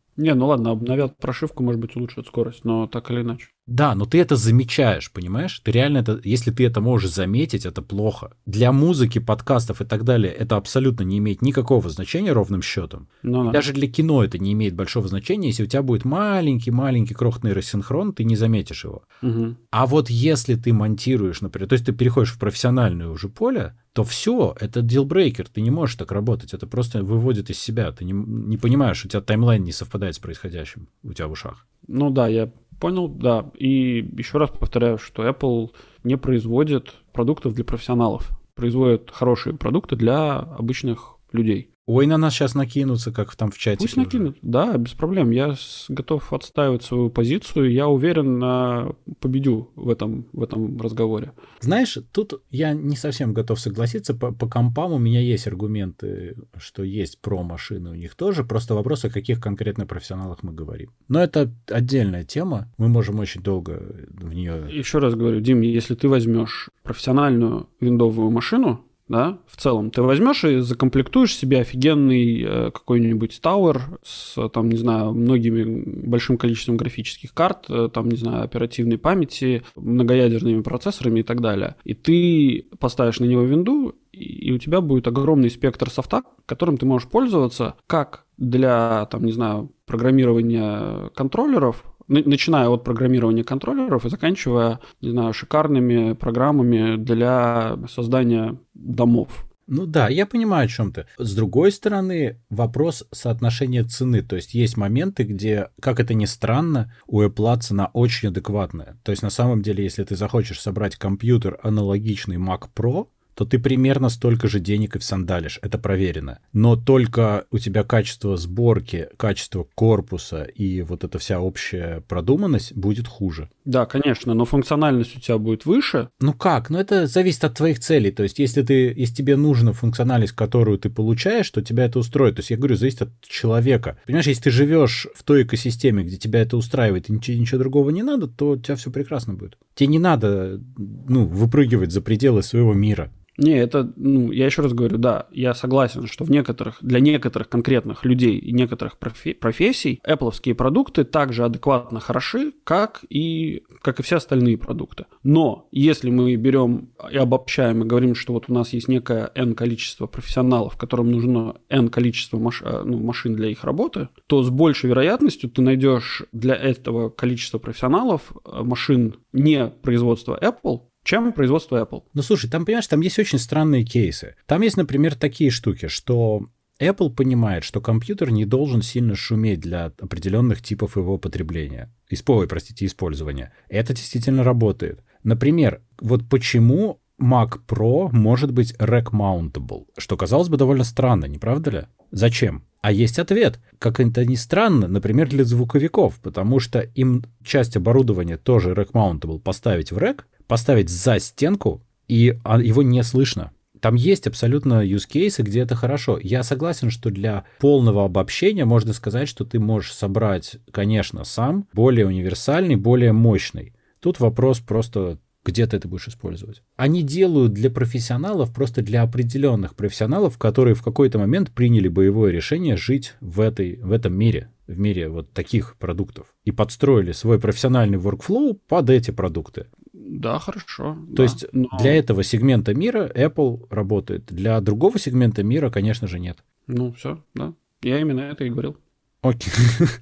Не, ну ладно, обновят прошивку, может быть, улучшат скорость, но так или иначе. Да, но ты это замечаешь, понимаешь? Ты реально это, если ты это можешь заметить, это плохо. Для музыки, подкастов и так далее это абсолютно не имеет никакого значения ровным счетом. Ну, И да. даже для кино это не имеет большого значения. Если у тебя будет маленький крохотный рассинхрон, ты не заметишь его. Угу. А вот если ты монтируешь, например, то есть ты переходишь в профессиональное уже поле, то все, это дилбрейкер, ты не можешь так работать, это просто выводит из себя, ты не понимаешь, у тебя таймлайн не совпадает с происходящим у тебя в ушах. Ну да, я понял, да. И еще раз повторяю, что Apple не производит продуктов для профессионалов, производит хорошие продукты для обычных людей. Ой, на нас сейчас накинутся, как там в чате. Пусть накинут, да, без проблем. Я готов отстаивать свою позицию. Я уверен, победю в этом разговоре. Знаешь, тут я не совсем готов согласиться. По компам у меня есть аргументы, что есть про-машины у них тоже. Просто вопрос, о каких конкретно профессионалах мы говорим. Но это отдельная тема. Мы можем очень долго в нее... Еще раз говорю, Дим, если ты возьмешь профессиональную виндовую машину, да, в целом, ты возьмешь и закомплектуешь себе офигенный какой-нибудь Tower с, там, не знаю, большим количеством графических карт, там, не знаю, оперативной памяти, многоядерными процессорами и так далее. И ты поставишь на него винду, и у тебя будет огромный спектр софта, которым ты можешь пользоваться как для, там, не знаю, программирования контроллеров, начиная от программирования контроллеров и заканчивая, не знаю, шикарными программами для создания домов. Ну да, я понимаю, о чем ты. С другой стороны, вопрос соотношения цены. То есть есть моменты, где, как это ни странно, у Apple цена очень адекватная. То есть на самом деле, если ты захочешь собрать компьютер аналогичный Mac Pro, то ты примерно столько же денег и всандалишь. Это проверено. Но только у тебя качество сборки, качество корпуса и вот эта вся общая продуманность будет хуже. Да, конечно, но функциональность у тебя будет выше. Ну как? Ну это зависит от твоих целей. То есть если тебе нужна функциональность, которую ты получаешь, то тебя это устроит. То есть я говорю, зависит от человека. Понимаешь, если ты живешь в той экосистеме, где тебя это устраивает и ничего другого не надо, то у тебя все прекрасно будет. Тебе не надо, выпрыгивать за пределы своего мира. Не, это, я еще раз говорю, да, я согласен, что для некоторых конкретных людей и некоторых профессий Apple'овские продукты также адекватно хороши, как и все остальные продукты. Но если мы берем и обобщаем и говорим, что вот у нас есть некое N количество профессионалов, которым нужно N количество машин для их работы, то с большей вероятностью ты найдешь для этого количества профессионалов машин не производства Apple, чем производство Apple. Ну, слушай, там, понимаешь, там есть очень странные кейсы. Там есть, например, такие штуки, что Apple понимает, что компьютер не должен сильно шуметь для определенных типов его потребления. Использования. Это действительно работает. Например, вот почему Mac Pro может быть rack-mountable, что, казалось бы, довольно странно, не правда ли? Зачем? А есть ответ. Как это ни странно, например, для звуковиков, потому что им часть оборудования тоже rack-mountable поставить в rack, поставить за стенку, и его не слышно. Там есть абсолютно use cases, где это хорошо. Я согласен, что для полного обобщения можно сказать, что ты можешь собрать, конечно, сам более универсальный, более мощный. Тут вопрос просто, где ты это будешь использовать. Они делают для профессионалов, просто для определенных профессионалов, которые в какой-то момент приняли боевое решение жить в этом мире, в мире вот таких продуктов, и подстроили свой профессиональный workflow под эти продукты. Да, хорошо. То есть для этого сегмента мира Apple работает, для другого сегмента мира, конечно же, нет. Ну, все, да. Я именно это и говорил. Окей.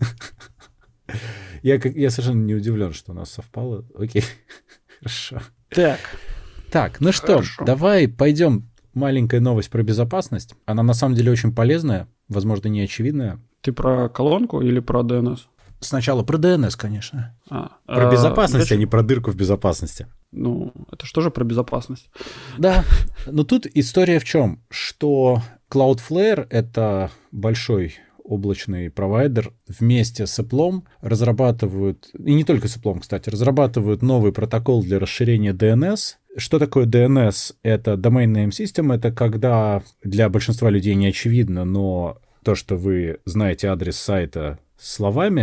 Я совершенно не удивлен, что у нас совпало. Окей. Хорошо. Так, ну что, давай пойдем. Маленькая новость про безопасность. Она на самом деле очень полезная, возможно, не очевидная. Ты про колонку или про DNS? Сначала про DNS, конечно. Про безопасность, а не про дырку в безопасности. Ну, это что же про безопасность? Да, но тут история в чем? Что Cloudflare — это большой облачный провайдер, вместе с Apple разрабатывают, и не только с Apple, кстати, разрабатывают новый протокол для расширения DNS. Что такое DNS? Это Domain Name System, это когда для большинства людей не очевидно, но то, что вы знаете адрес сайта словами,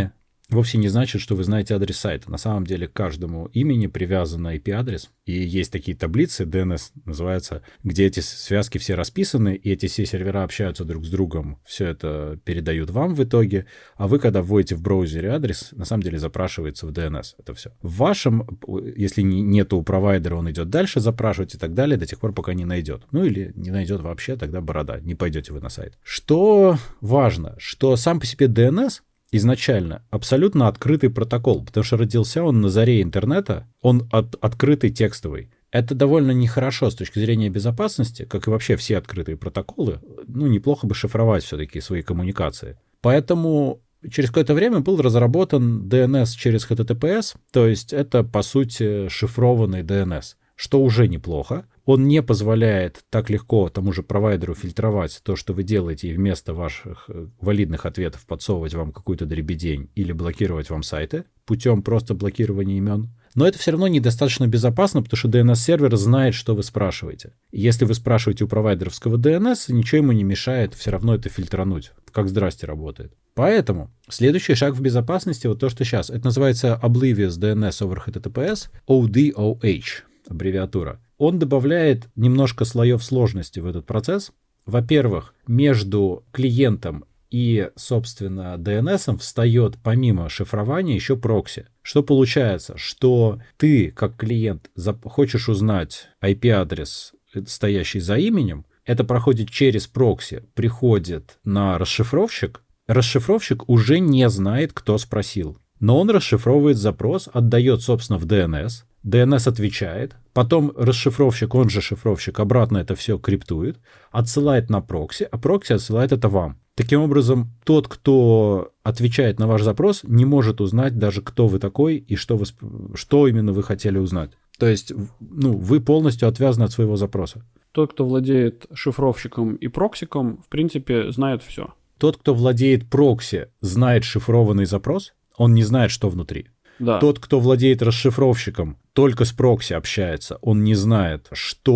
вовсе не значит, что вы знаете адрес сайта. На самом деле к каждому имени привязан IP-адрес, и есть такие таблицы, DNS называется, где эти связки все расписаны, и эти все сервера общаются друг с другом, все это передают вам в итоге, а вы, когда вводите в браузере адрес, на самом деле запрашивается в DNS это все. В вашем, если нету у провайдера, он идет дальше запрашивать и так далее, до тех пор, пока не найдет. Ну или не найдет вообще, тогда борода, не пойдете вы на сайт. Что важно, что сам по себе DNS изначально абсолютно открытый протокол, потому что родился он на заре интернета, он открытый текстовый. Это довольно нехорошо с точки зрения безопасности, как и вообще все открытые протоколы. Ну, неплохо бы шифровать все-таки свои коммуникации. Поэтому через какое-то время был разработан DNS через HTTPS, то есть это, по сути, шифрованный DNS, что уже неплохо. Он не позволяет так легко тому же провайдеру фильтровать то, что вы делаете, и вместо ваших валидных ответов подсовывать вам какую-то дребедень или блокировать вам сайты путем просто блокирования имен. Но это все равно недостаточно безопасно, потому что DNS-сервер знает, что вы спрашиваете. И если вы спрашиваете у провайдеровского DNS, ничего ему не мешает все равно это фильтрануть, как «здрасте» работает. Поэтому следующий шаг в безопасности, вот то, что сейчас, это называется Oblivious DNS over HTTPS, ODOH, аббревиатура. Он добавляет немножко слоев сложности в этот процесс. Во-первых, между клиентом и, собственно, DNS встает помимо шифрования еще прокси. Что получается? Что ты, как клиент, хочешь узнать IP-адрес, стоящий за именем, это проходит через прокси, приходит на расшифровщик. Расшифровщик уже не знает, кто спросил. Но он расшифровывает запрос, отдает, собственно, в DNS. DNS отвечает, потом расшифровщик, он же шифровщик, обратно это все криптует, отсылает на прокси, а прокси отсылает это вам. Таким образом, тот, кто отвечает на ваш запрос, не может узнать даже, кто вы такой и что именно вы хотели узнать. То есть, вы полностью отвязаны от своего запроса. Тот, кто владеет шифровщиком и проксиком, в принципе, знает все. Тот, кто владеет прокси, знает шифрованный запрос, он не знает, что внутри. Да. Тот, кто владеет расшифровщиком, только с прокси общается, он не знает,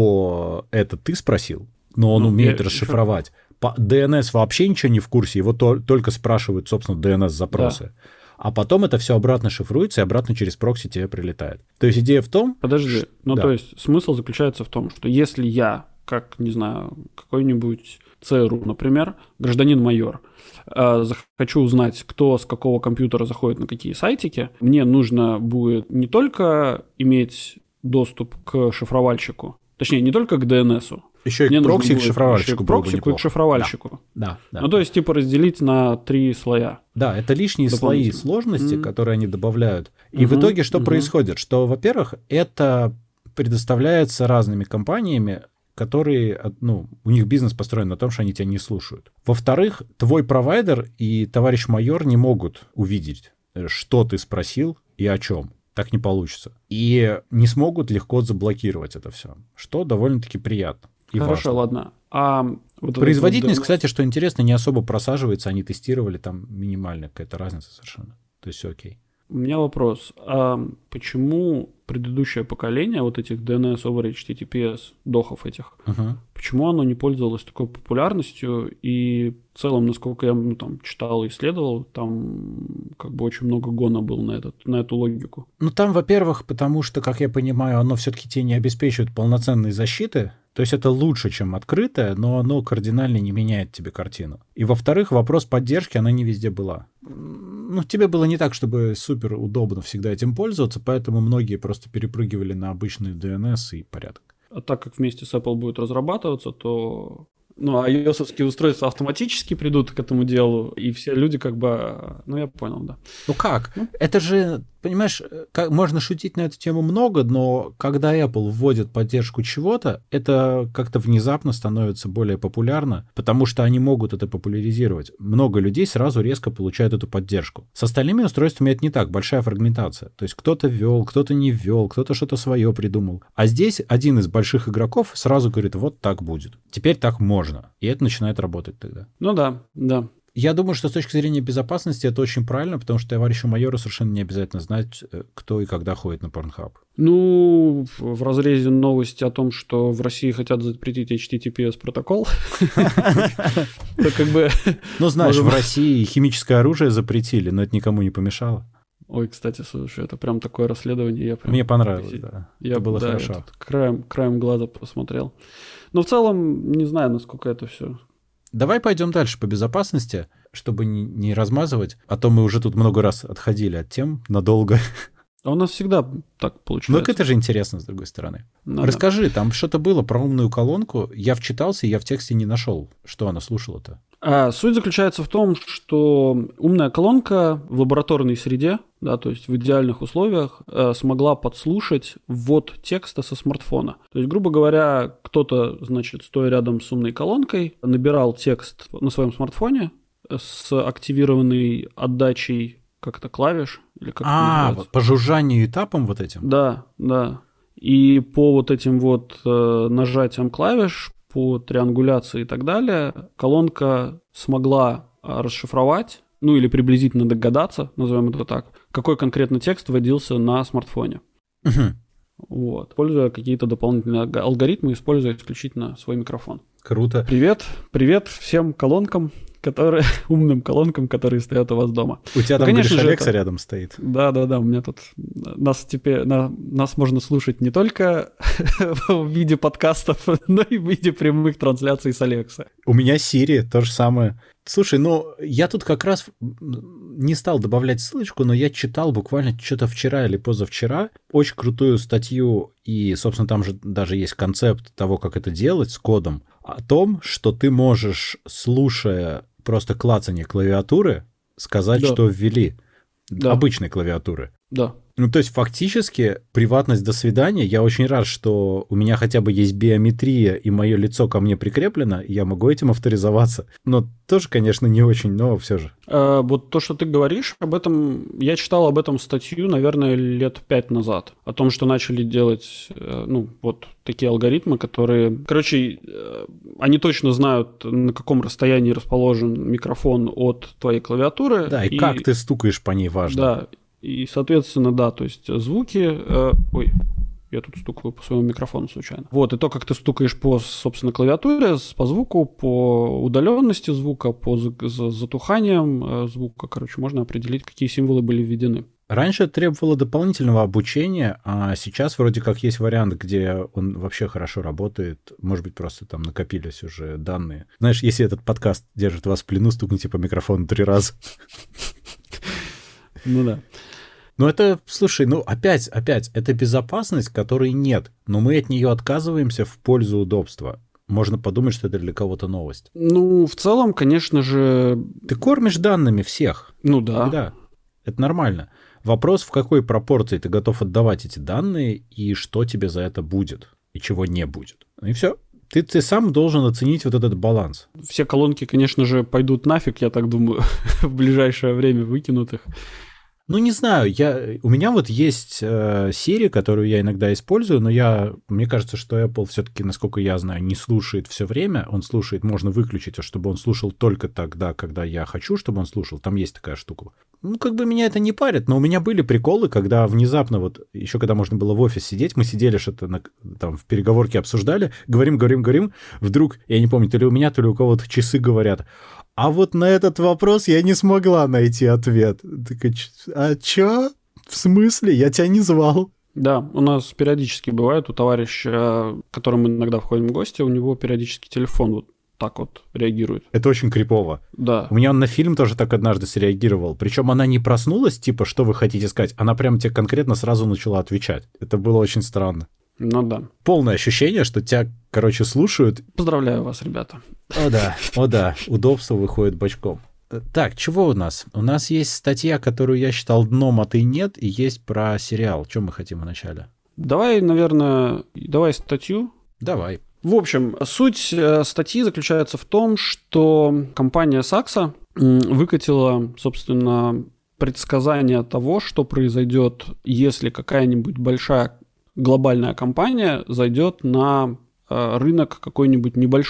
что это ты спросил, но он умеет расшифровать. По DNS вообще ничего не в курсе, его только спрашивают, собственно, DNS-запросы. Да. А потом это все обратно шифруется и обратно через прокси тебе прилетает. То есть идея в том... Подожди, то есть смысл заключается в том, что если я, как, не знаю, какой-нибудь ЦРУ, например, гражданин-майор, хочу узнать, кто с какого компьютера заходит на какие сайтики, мне нужно будет не только иметь доступ к шифровальщику, точнее, не только к DNS-у, еще и к прокси, к шифровальщику. К проксику и к шифровальщику. Да. То есть, разделить на 3 слоя. Да, это лишние слои сложности, которые они добавляют. И в итоге что происходит? Что, во-первых, это предоставляется разными компаниями, которые, у них бизнес построен на том, что они тебя не слушают. Во-вторых, твой провайдер и товарищ майор не могут увидеть, что ты спросил и о чем. Так не получится. И не смогут легко заблокировать это все, что довольно-таки приятно. И хорошо, важно. ладно. Производительность, кстати, что интересно, не особо просаживается, они тестировали, там минимальная какая-то разница совершенно. То есть все окей. У меня вопрос. А почему предыдущее поколение вот этих DNS over HTTPS, дохов этих, почему оно не пользовалось такой популярностью? И в целом, насколько я читал и исследовал, там очень много гона было на эту логику. Там, во-первых, потому что, как я понимаю, оно все-таки тебе не обеспечивает полноценной защиты. То есть это лучше, чем открытое, но оно кардинально не меняет тебе картину. И, во-вторых, вопрос поддержки, она не везде была. Тебе было не так, чтобы супер удобно всегда этим пользоваться, поэтому многие просто перепрыгивали на обычный DNS и порядок. А так как вместе с Apple будет разрабатываться, то iOS-овские устройства автоматически придут к этому делу, и все люди я понял, да. Как? Это же, понимаешь, можно шутить на эту тему много, но когда Apple вводит поддержку чего-то, это как-то внезапно становится более популярно, потому что они могут это популяризировать. Много людей сразу резко получают эту поддержку. С остальными устройствами это не так, большая фрагментация. То есть кто-то ввел, кто-то не ввел, кто-то что-то свое придумал. А здесь один из больших игроков сразу говорит, вот так будет. Теперь так можно. И это начинает работать тогда. Да. Я думаю, что с точки зрения безопасности это очень правильно, потому что товарищу майору совершенно не обязательно знать, кто и когда ходит на Pornhub. Ну, в разрезе новости о том, что в России хотят запретить HTTPS протокол, то как бы... Ну, знаешь, в России химическое оружие запретили, но это никому не помешало. Ой, кстати, слушай, это прям такое расследование. Мне понравилось, да. Это было хорошо. Краем глаза посмотрел. Но в целом, не знаю, насколько это все... Давай пойдем дальше по безопасности, чтобы не размазывать. А то мы уже тут много раз отходили от тем надолго. А у нас всегда так получается. Ну, это же интересно, с другой стороны. Ну, расскажи, там что-то было про умную колонку. Я вчитался, я в тексте не нашел, что она слушала-то. Суть заключается в том, что умная колонка в лабораторной среде, да, то есть в идеальных условиях, смогла подслушать ввод текста со смартфона. То есть, грубо говоря, кто-то, значит, стоя рядом с умной колонкой, набирал текст на своем смартфоне с активированной отдачей как-то клавиш. Или как это называется? Вот по жужжанию этапам вот этим? Да, да. И по вот этим вот нажатиям клавиш, по триангуляции и так далее, колонка смогла расшифровать, ну или приблизительно догадаться, назовем это так, какой конкретно текст вводился на смартфоне. Вот. Используя какие-то дополнительные алгоритмы, используя исключительно свой микрофон. Круто. Привет всем колонкам, умным колонкам, которые стоят у вас дома. У тебя там, конечно, говоришь, Алекса рядом стоит. Да, у меня тут... Нас можно слушать не только в виде подкастов, но и в виде прямых трансляций с Алекса. У меня Siri то же самое. Слушай, я тут как раз не стал добавлять ссылочку, но я читал буквально что-то вчера или позавчера очень крутую статью, и, собственно, там же даже есть концепт того, как это делать с кодом, о том, что ты можешь, слушая просто клацанье клавиатуры, сказать, что ввели. Обычной клавиатуры. Да. Ну, то есть, фактически, приватность до свидания. Я очень рад, что у меня хотя бы есть биометрия, и мое лицо ко мне прикреплено, и я могу этим авторизоваться. Но тоже, конечно, не очень, но все же. Вот то, что ты говоришь, об этом... Я читал об этом статью, наверное, лет 5 назад. О том, что начали делать, вот такие алгоритмы, которые... Короче, они точно знают, на каком расстоянии расположен микрофон от твоей клавиатуры. Да, и как ты стукаешь по ней, важно. Да, и, соответственно, да, то есть звуки... я тут стукаю по своему микрофону случайно. Вот, и то, как ты стукаешь по, собственно, клавиатуре, по звуку, по удаленности звука, по затуханиям звука, короче, можно определить, какие символы были введены. Раньше это требовало дополнительного обучения, а сейчас вроде как есть вариант, где он вообще хорошо работает. Может быть, просто там накопились уже данные. Знаешь, если этот подкаст держит вас в плену, стукните по микрофону 3 раза. Ну да. Но это, слушай, опять, это безопасность, которой нет, но мы от нее отказываемся в пользу удобства. Можно подумать, что это для кого-то новость. Ну, в целом, конечно же... Ты кормишь данными всех. Ну да. Да, это нормально. Вопрос, в какой пропорции ты готов отдавать эти данные, и что тебе за это будет, и чего не будет. И все. Ты сам должен оценить вот этот баланс. Все колонки, конечно же, пойдут нафиг, я так думаю, в ближайшее время выкинут их. Ну, не знаю, у меня вот есть Siri, которую я иногда использую, но мне кажется, что Apple все-таки, насколько я знаю, не слушает все время. Он слушает, можно выключить, чтобы он слушал только тогда, когда я хочу, чтобы он слушал. Там есть такая штука. Ну, как бы меня это не парит, но у меня были приколы, когда внезапно, вот еще когда можно было в офис сидеть, мы сидели что-то там в переговорке обсуждали, говорим, вдруг, я не помню, то ли у меня, то ли у кого-то часы говорят: а вот на этот вопрос я не смогла найти ответ. Такая, а чё? В смысле? Я тебя не звал. Да, у нас периодически бывает, у товарища, к которому мы иногда входим в гости, у него периодически телефон вот так вот реагирует. Это очень крипово. Да. У меня он на фильм тоже так однажды среагировал. Причем она не проснулась, типа, что вы хотите сказать, она прям тебе конкретно сразу начала отвечать. Это было очень странно. Ну да. Полное ощущение, что тебя, короче, слушают. Поздравляю вас, ребята. О да, удобство выходит бочком. Так, чего у нас? У нас есть статья, которую я считал дном, а ты нет, и есть про сериал. Чем мы хотим вначале? Давай статью. Давай. В общем, суть статьи заключается в том, что компания Saxa выкатила, собственно, предсказание того, что произойдет, если какая-нибудь большая глобальная компания зайдет на рынок какой-нибудь небольшой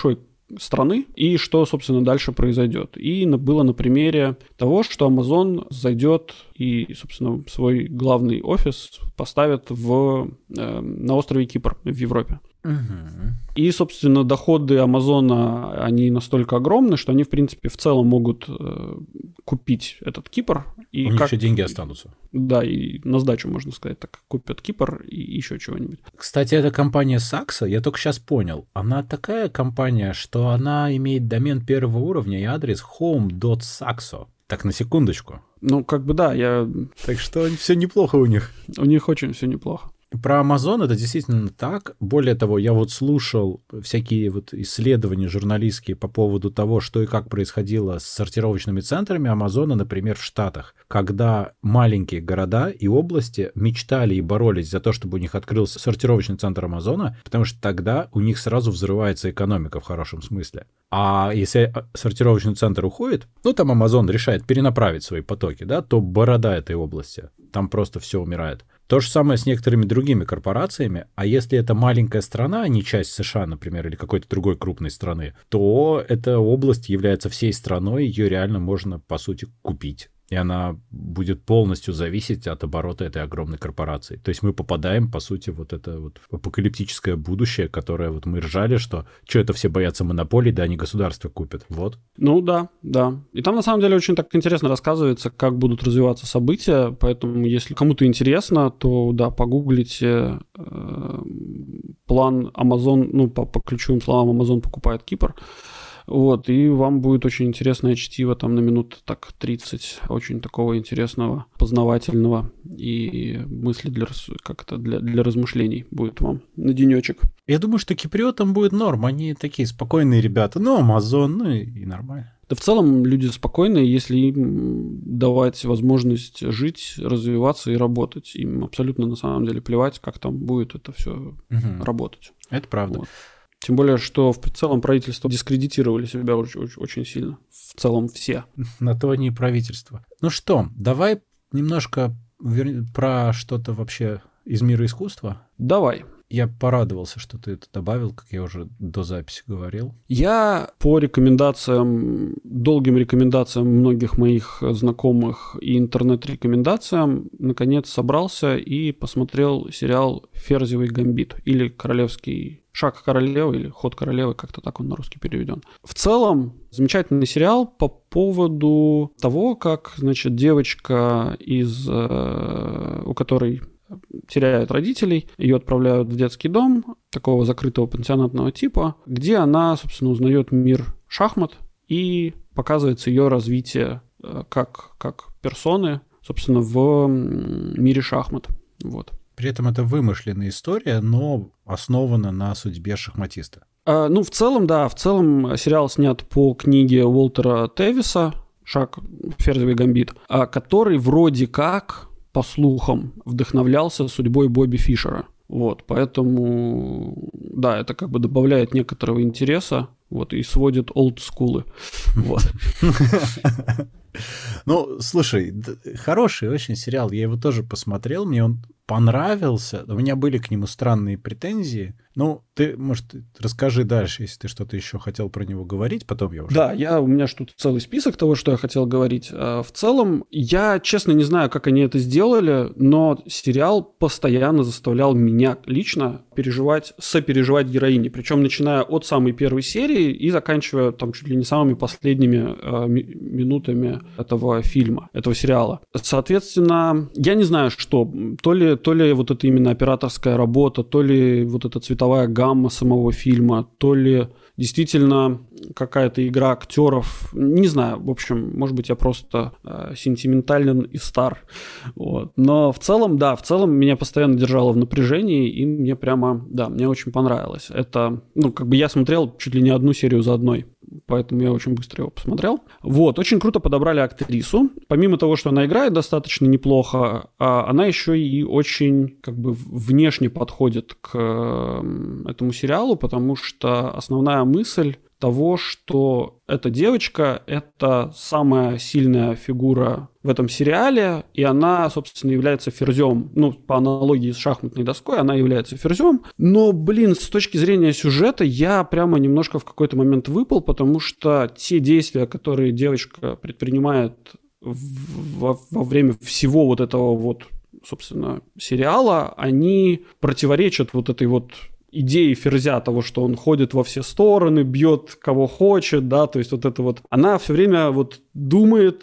страны и что, собственно, дальше произойдет. И было на примере того, что Amazon зайдет и, собственно, свой главный офис поставит на острове Кипр в Европе. И, собственно, доходы Амазона, они настолько огромны, что они, в принципе, в целом могут купить этот Кипр. И у них еще деньги останутся. Да, и на сдачу, можно сказать, так купят Кипр и еще чего-нибудь. Кстати, эта компания Saxo, я только сейчас понял, она такая компания, что она имеет домен первого уровня и адрес home.saxo. Так, на секундочку. Ну, как бы да, Так что все неплохо у них. У них очень все неплохо. Про Amazon это действительно так. Более того, я вот слушал всякие вот исследования журналистские по поводу того, что и как происходило с сортировочными центрами Амазона, например, в Штатах, когда маленькие города и области мечтали и боролись за то, чтобы у них открылся сортировочный центр Амазона, потому что тогда у них сразу взрывается экономика в хорошем смысле. А если сортировочный центр уходит, там Amazon решает перенаправить свои потоки, да, то борода этой области, там просто все умирает. То же самое с некоторыми другими корпорациями, а если это маленькая страна, а не часть США, например, или какой-то другой крупной страны, то эта область является всей страной, ее реально можно, по сути, купить. И она будет полностью зависеть от оборота этой огромной корпорации. То есть мы попадаем, по сути, вот это вот апокалиптическое будущее, которое вот мы ржали, что это все боятся монополий, да они государство купят. Вот. Ну да. И там на самом деле очень так интересно рассказывается, как будут развиваться события, поэтому если кому-то интересно, то да, погуглите план Amazon, по ключевым словам Amazon покупает Кипр. Вот, и вам будет очень интересное чтиво, там на минут так 30, очень такого интересного, познавательного, и мысли для размышлений будет вам на денечек. Я думаю, что киприотам будет норм, они такие спокойные ребята, Amazon, и нормально. Да в целом люди спокойные, если им давать возможность жить, развиваться и работать. Им абсолютно на самом деле плевать, как там будет это все работать. Это правда. Вот. Тем более, что в целом правительство дискредитировали себя очень сильно. В целом все. На то они и правительство. Ну что, давай немножко про что-то вообще из мира искусства. Давай. Я порадовался, что ты это добавил, как я уже до записи говорил. Я по долгим рекомендациям многих моих знакомых и интернет-рекомендациям, наконец собрался и посмотрел сериал «Ферзевый гамбит» или «Королевский шаг королевы» или «Ход королевы», как-то так он на русский переведен. В целом, замечательный сериал по поводу того, как, значит, девочка, у которой теряют родителей, ее отправляют в детский дом такого закрытого пансионатного типа, где она, собственно, узнает мир шахмат и показывается ее развитие как персоны, собственно, в мире шахмат. Вот. При этом это вымышленная история, но основана на судьбе шахматиста. В целом, да. В целом сериал снят по книге Уолтера Тевиса «Ферзевый гамбит», который вроде как, по слухам, вдохновлялся судьбой Бобби Фишера. Вот, поэтому, да, это как бы добавляет некоторого интереса, вот, и сводит олдскулы. Вот. Слушай, хороший очень сериал, я его тоже посмотрел, мне он понравился, у меня были к нему странные претензии. Ты, может, расскажи дальше, если ты что-то еще хотел про него говорить, потом я уже... Да, у меня ж тут целый список того, что я хотел говорить. В целом, я, честно, не знаю, как они это сделали, но сериал постоянно заставлял меня лично сопереживать героине, причем начиная от самой первой серии и заканчивая там чуть ли не самыми последними минутами этого сериала. Соответственно, я не знаю, что, то ли вот это именно операторская работа, то ли вот эта цветовая гамма самого фильма, то ли действительно какая-то игра актеров, не знаю, в общем, может быть, я просто сентиментален и стар, вот. Но в целом меня постоянно держало в напряжении, и мне мне очень понравилось. Это, я смотрел чуть ли не одну серию за одной, поэтому я очень быстро его посмотрел. Вот, очень круто подобрали актрису. Помимо того, что она играет достаточно неплохо, она еще и очень внешне подходит к этому сериалу, потому что основная мысль того, что эта девочка – это самая сильная фигура в этом сериале, и она, собственно, является ферзем. Ну, по аналогии с шахматной доской, она является ферзем. Но, блин, с точки зрения сюжета я прямо немножко в какой-то момент выпал, потому что те действия, которые девочка предпринимает во время всего вот этого вот, собственно, сериала, они противоречат вот этой вот идеи ферзя, того, что он ходит во все стороны, бьет кого хочет, да, то есть вот это вот, она все время вот думает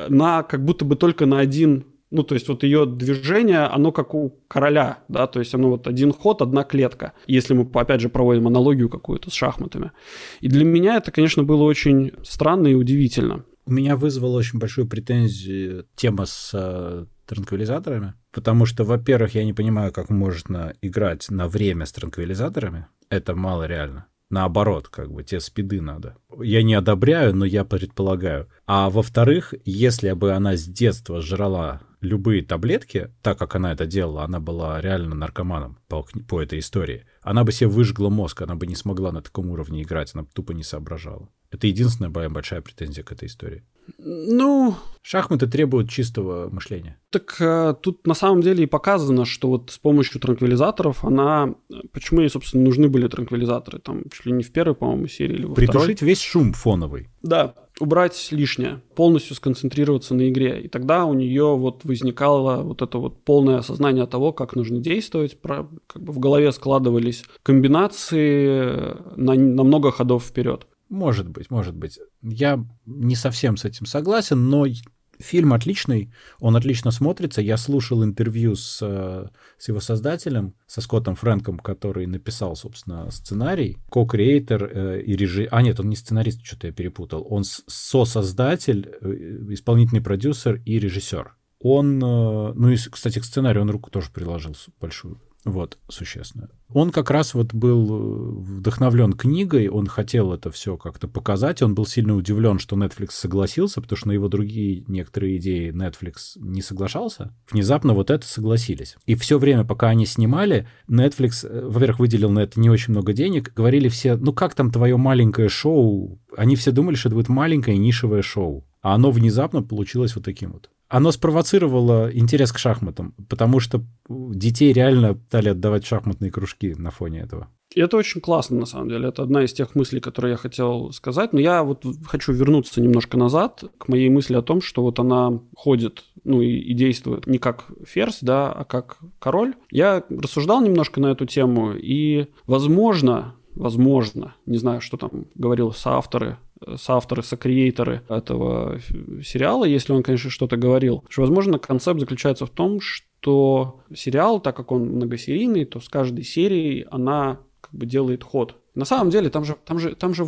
как будто бы только на один, ну, то есть вот ее движение, оно как у короля, да, то есть оно вот один ход, одна клетка, если мы, опять же, проводим аналогию какую-то с шахматами. И для меня это, конечно, было очень странно и удивительно. У меня вызвала очень большую претензию тема с транквилизаторами, потому что, во-первых, я не понимаю, как можно играть на время с транквилизаторами. Это мало реально. Наоборот, как бы тебе спиды надо. Я не одобряю, но я предполагаю. А во-вторых, если бы она с детства жрала любые таблетки, так как она это делала, она была реально наркоманом по этой истории, она бы себе выжгла мозг, она бы не смогла на таком уровне играть, она бы тупо не соображала. Это единственная моя большая претензия к этой истории. Ну, шахматы требуют чистого мышления. Так тут на самом деле и показано, что вот с помощью транквилизаторов почему ей, собственно, нужны были транквилизаторы, там чуть ли не в первой, по-моему, серии или во второй. Притушить весь шум фоновый. Да, убрать лишнее, полностью сконцентрироваться на игре. И тогда у нее вот возникало вот это вот полное осознание того, как нужно действовать, как бы в голове складывались комбинации на много ходов вперед. Может быть, может быть. Я не совсем с этим согласен, но фильм отличный, он отлично смотрится. Я слушал интервью с его создателем, со Скоттом Фрэнком, который написал, собственно, сценарий, ко-креатор и режиссер. Нет, он не сценарист, что-то я перепутал. Он сосоздатель, исполнительный продюсер и режиссер. Он, ну и, кстати, к сценарию он руку тоже приложил большую. Вот, существенно. Он как раз вот был вдохновлен книгой, он хотел это все как-то показать, он был сильно удивлен, что Netflix согласился, потому что на его другие некоторые идеи Netflix не соглашался. Внезапно вот это согласились. И все время, пока они снимали, Netflix, во-первых, выделил на это не очень много денег, говорили все, ну как там твое маленькое шоу? Они все думали, что это будет маленькое нишевое шоу. А оно внезапно получилось вот таким вот. Оно спровоцировало интерес к шахматам, потому что детей реально стали отдавать шахматные кружки на фоне этого. И это очень классно, на самом деле. Это одна из тех мыслей, которые я хотел сказать. Но я вот хочу вернуться немножко назад к моей мысли о том, что вот она ходит, ну и действует не как ферзь, да, а как король. Я рассуждал немножко на эту тему, и возможно, не знаю, что там говорил соавторы, сокреаторы этого сериала, если он, конечно, что-то говорил, что, возможно, концепт заключается в том, что сериал, так как он многосерийный, то с каждой серией она как бы делает ход. На самом деле там же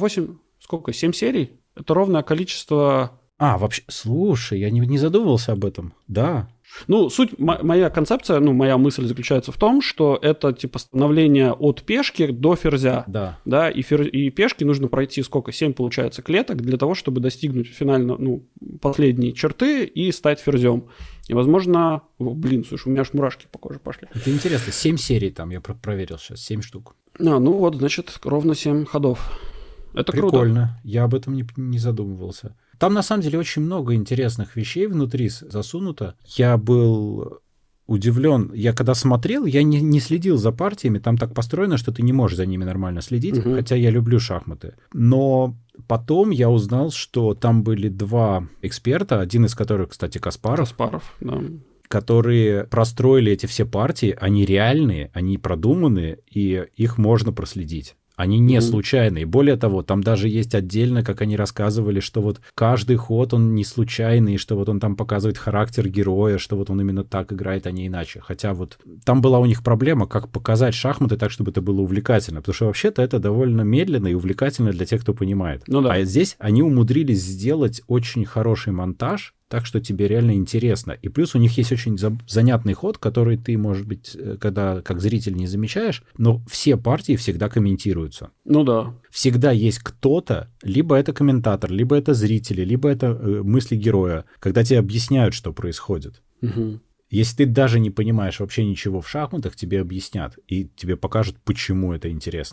7 серий? Это ровное количество... Вообще, слушай, я не задумывался об этом, да. Ну, моя концепция, моя мысль заключается в том, что это типа становление от пешки до ферзя. Да, и пешке нужно пройти 7, получается, клеток для того, чтобы достигнуть финально, последней черты и стать ферзем. И, возможно, слушай, у меня аж мурашки по коже пошли. Это интересно, 7 серий там, я проверил сейчас, 7 штук. Значит, ровно 7 ходов. Это круто. Прикольно, я об этом не задумывался. Там, на самом деле, очень много интересных вещей внутри засунуто. Я был удивлен. Я когда смотрел, я не следил за партиями. Там так построено, что ты не можешь за ними нормально следить, хотя я люблю шахматы. Но потом я узнал, что там были 2 эксперта, один из которых, кстати, Каспаров, да. Которые простроили эти все партии. Они реальные, они продуманные, и их можно проследить. Они не случайные. Более того, там даже есть отдельно, как они рассказывали, что вот каждый ход, он не случайный, что вот он там показывает характер героя, что вот он именно так играет, а не иначе. Хотя вот там была у них проблема, как показать шахматы так, чтобы это было увлекательно. Потому что вообще-то это довольно медленно и увлекательно для тех, кто понимает. Да. А здесь они умудрились сделать очень хороший монтаж, так что тебе реально интересно. И плюс у них есть очень занятный ход, который ты, может быть, когда как зритель не замечаешь, но все партии всегда комментируются. Да. Всегда есть кто-то, либо это комментатор, либо это зрители, либо это мысли героя, когда тебе объясняют, что происходит. Если ты даже не понимаешь вообще ничего в шахматах, тебе объяснят, и тебе покажут, почему это интересно.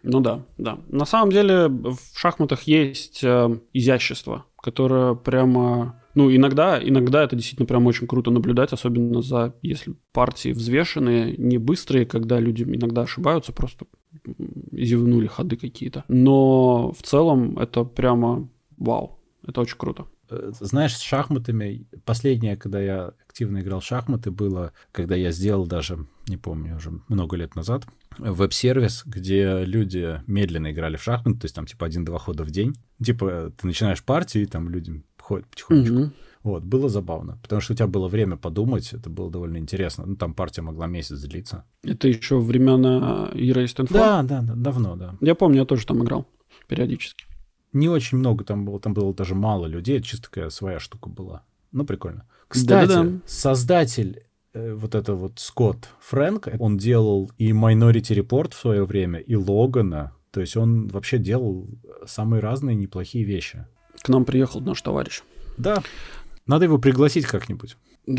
Ну да, да. На самом деле в шахматах есть изящество, которое прямо... Ну, иногда это действительно прям очень круто наблюдать, особенно если партии взвешенные, не быстрые, когда люди иногда ошибаются, просто зевнули ходы какие-то. Но в целом это прямо вау, это очень круто. Знаешь, с шахматами, последнее, когда я активно играл в шахматы, было, когда я сделал даже, не помню, уже много лет назад, веб-сервис, где люди медленно играли в шахматы, то есть там типа 1-2 хода в день. Типа ты начинаешь партию, и там люди ходят потихонечку. Mm-hmm. Вот, было забавно, потому что у тебя было время подумать, это было довольно интересно. Ну, там партия могла месяц длиться. Это еще времена Erased and Fun? Да, давно, да. Я помню, я тоже там играл периодически. Не очень много там было даже мало людей, это чисто такая своя штука была. Ну, прикольно. Кстати, создатель вот это вот Скотт Фрэнк, он делал и Minority Report в свое время, и Логана, то есть он вообще делал самые разные неплохие вещи. К нам приехал наш товарищ. Да, надо его пригласить как-нибудь. Да.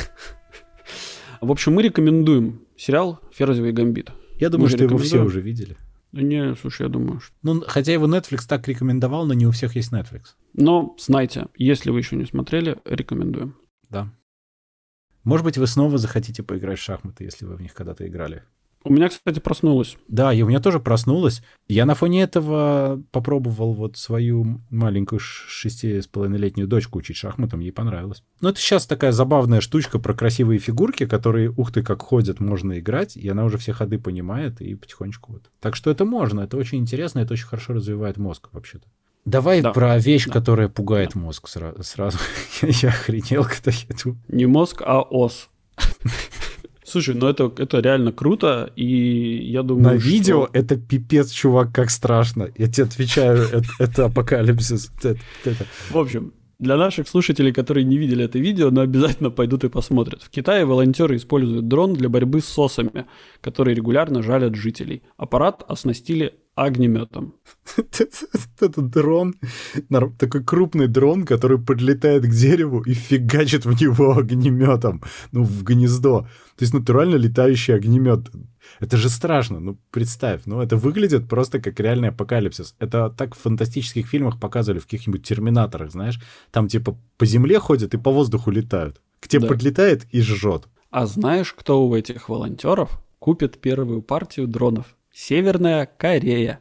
В общем, мы рекомендуем сериал «Ферзевый гамбит». Я думаю, что его все уже видели. Не, слушай, я думаю, что... Ну, хотя его Netflix так рекомендовал, но не у всех есть Netflix. Но знайте, если вы еще не смотрели, рекомендуем. Да. Может быть, вы снова захотите поиграть в шахматы, если вы в них когда-то играли. У меня, кстати, проснулось. Да, и у меня тоже проснулось. Я на фоне этого попробовал вот свою маленькую 6,5-летнюю дочку учить шахматам, ей понравилось. Ну, это сейчас такая забавная штучка про красивые фигурки, которые, ух ты, как ходят, можно играть, и она уже все ходы понимает, и потихонечку вот. Так что это можно, это очень интересно, это очень хорошо развивает мозг, вообще-то. Давай про вещь, которая пугает мозг сразу. Я охренел, когда я думаю. Не мозг, а ос. Слушай, ну это реально круто, и я думаю, на видео это пипец, чувак, как страшно. Я тебе отвечаю, это апокалипсис. В общем, для наших слушателей, которые не видели это видео, но обязательно пойдут и посмотрят. В Китае волонтеры используют дрон для борьбы с сосами, которые регулярно жалят жителей. Аппарат оснастили огнеметом. Это дрон, такой крупный дрон, который подлетает к дереву и фигачит в него огнеметом, ну, в гнездо. То есть натурально летающий огнемет. Это же страшно, ну, представь. Ну, это выглядит просто как реальный апокалипсис. Это так в фантастических фильмах показывали, в каких-нибудь терминаторах, знаешь. Там типа по земле ходят и по воздуху летают. К тебе подлетает и жжет. А знаешь, кто у этих волонтеров купит первую партию дронов? Северная Корея.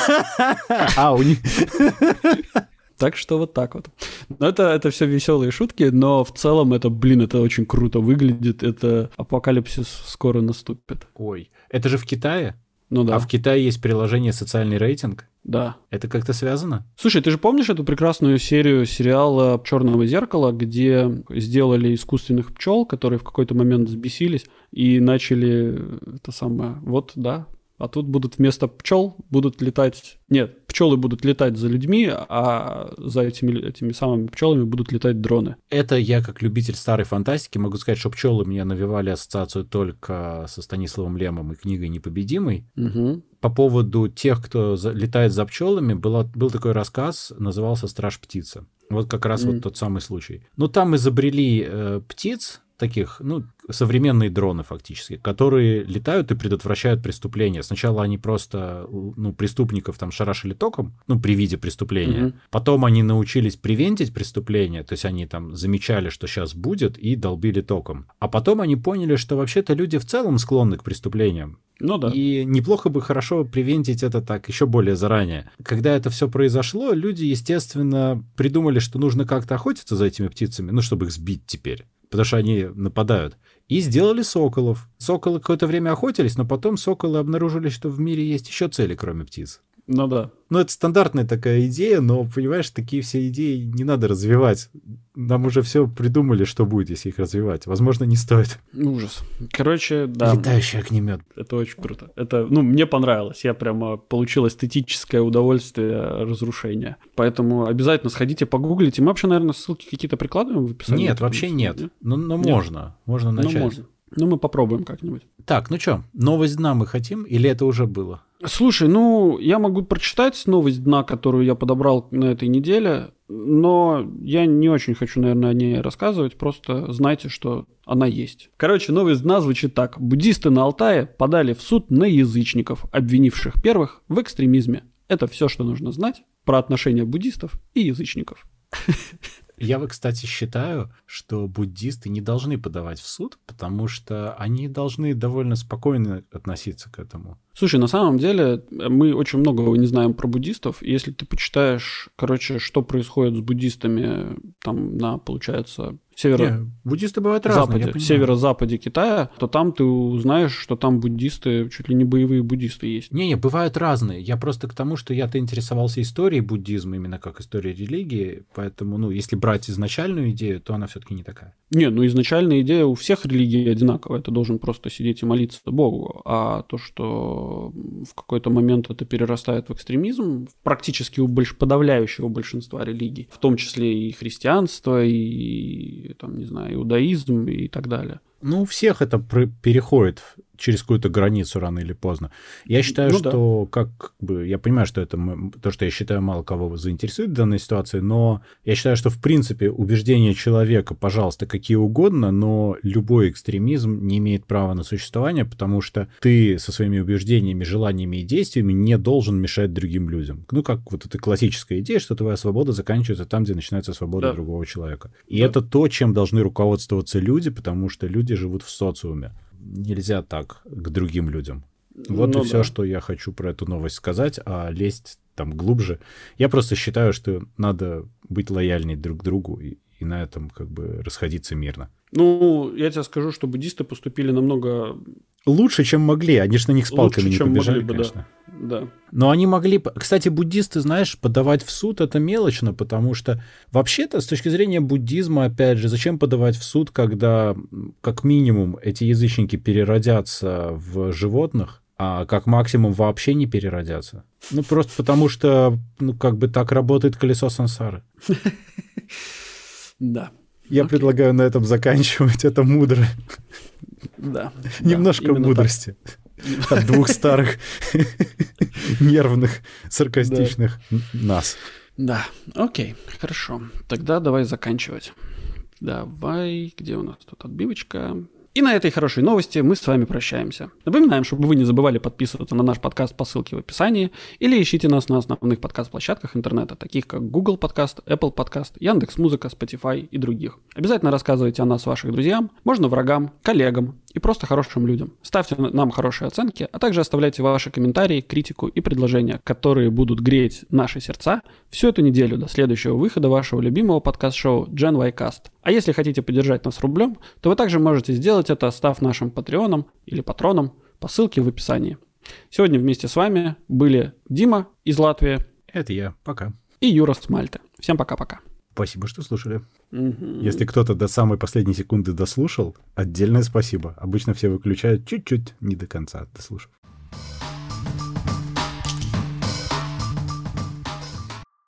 У них... Так что вот так вот. Но это все веселые шутки, но в целом это очень круто выглядит. Это апокалипсис скоро наступит. Ой, это же в Китае? Ну да. А в Китае есть приложение «Социальный рейтинг»? Да. Это как-то связано? Слушай, ты же помнишь эту прекрасную серию сериала «Черного зеркала», где сделали искусственных пчел, которые в какой-то момент взбесились и начали это самое... Вот, да. А тут будут вместо пчел будут летать... Нет, пчелы будут летать за людьми, а за этими самыми пчелами будут летать дроны. Это я, как любитель старой фантастики, могу сказать, что пчелы мне навевали ассоциацию только со Станиславом Лемом и книгой «Непобедимый». Угу. По поводу тех, кто летает за пчелами, был такой рассказ, назывался «Страж птица». Вот как раз вот тот самый случай. Ну, там изобрели птиц, таких, ну, современные дроны фактически, которые летают и предотвращают преступления. Сначала они просто, ну, преступников там шарашили током, ну, при виде преступления. Потом они научились превентить преступления, то есть они там замечали, что сейчас будет, и долбили током. А потом они поняли, что вообще-то люди в целом склонны к преступлениям. Ну да. И неплохо бы хорошо превентить это так еще более заранее. Когда это все произошло, люди, естественно, придумали, что нужно как-то охотиться за этими птицами, ну, чтобы их сбить теперь, потому что они нападают. И сделали соколов. Соколы какое-то время охотились, но потом соколы обнаружили, что в мире есть еще цели, кроме птиц. Ну да. Ну, это стандартная такая идея, но, понимаешь, такие все идеи не надо развивать. Нам уже все придумали, что будет, если их развивать. Возможно, не стоит. Ужас. Короче, да. Летающий огнемет. Это очень круто. Это, ну, мне понравилось. Я прямо получил эстетическое удовольствие разрушения. Поэтому обязательно сходите, погуглите. Мы вообще, наверное, ссылки какие-то прикладываем в описании? Нет, вообще нет. Но можно. Можно начать. Ну, можно. Ну, мы попробуем как-нибудь. Так, ну что, новость дна мы хотим, или это уже было? Слушай, ну, я могу прочитать новость дна, которую я подобрал на этой неделе. но я не очень хочу, наверное, о ней рассказывать, просто знайте, что она есть. Короче, новость дна звучит так. Буддисты на Алтае подали в суд на язычников, обвинивших первых в экстремизме. Это все, что нужно знать про отношения буддистов и язычников. Я, кстати, считаю, что буддисты не должны подавать в суд, потому что они должны довольно спокойно относиться к этому. Слушай, на самом деле мы очень многого не знаем про буддистов. Если ты почитаешь, что происходит с буддистами там на, получается, буддисты бывают разные, северо-западе Китая, то там ты узнаешь, что там буддисты, чуть ли не боевые буддисты есть. Не, бывают разные. Я просто к тому, что я-то интересовался историей буддизма, именно как историей религии, поэтому, если брать изначальную идею, то она все-таки не такая. Изначальная идея у всех религий одинаковая. Ты должен просто сидеть и молиться Богу. А то, что в какой-то момент это перерастает в экстремизм, практически у подавляющего большинства религий, в том числе и христианство, и иудаизм и так далее. У всех это переходит через какую-то границу рано или поздно. Я считаю, что я понимаю, что это то, что я считаю, мало кого заинтересует в данной ситуации, но я считаю, что в принципе убеждения человека, пожалуйста, какие угодно, но любой экстремизм не имеет права на существование, потому что ты со своими убеждениями, желаниями и действиями не должен мешать другим людям. Как вот эта классическая идея, что твоя свобода заканчивается там, где начинается свобода другого человека. И это то, чем должны руководствоваться люди, потому что люди живут в социуме. Нельзя так к другим людям. Вот и все, что я хочу про эту новость сказать, а лезть там глубже. Я просто считаю, что надо быть лояльней друг к другу и на этом расходиться мирно. Я тебе скажу, что буддисты поступили намного... Лучше, чем могли. Они же на них с палками не побежали, конечно. Да. Но они могли... Кстати, буддисты, знаешь, подавать в суд — это мелочно, потому что вообще-то, с точки зрения буддизма, опять же, зачем подавать в суд, когда, как минимум, эти язычники переродятся в животных, а как максимум вообще не переродятся? Просто потому что, так работает колесо сансары. Да. Я предлагаю на этом заканчивать. Это мудро. Да. Немножко мудрости. От двух старых, нервных, саркастичных нас. Да, окей, хорошо. Тогда давай заканчивать. Где у нас тут отбивочка? И на этой хорошей новости мы с вами прощаемся. Напоминаем, чтобы вы не забывали подписываться на наш подкаст по ссылке в описании или ищите нас на основных подкаст-площадках интернета, таких как Google Podcast, Apple Podcast, Яндекс.Музыка, Spotify и других. Обязательно рассказывайте о нас вашим друзьям, можно врагам, коллегам и просто хорошим людям. Ставьте нам хорошие оценки, а также оставляйте ваши комментарии, критику и предложения, которые будут греть наши сердца всю эту неделю до следующего выхода вашего любимого подкаст-шоу Gen Y Cast. А если хотите поддержать нас рублем, то вы также можете сделать это, став нашим патреоном или патроном по ссылке в описании. Сегодня вместе с вами были Дима из Латвии. Это я. Пока. И Юра с Мальты. Всем пока-пока. Спасибо, что слушали. Если кто-то до самой последней секунды дослушал, отдельное спасибо. Обычно все выключают чуть-чуть, не до конца дослушав.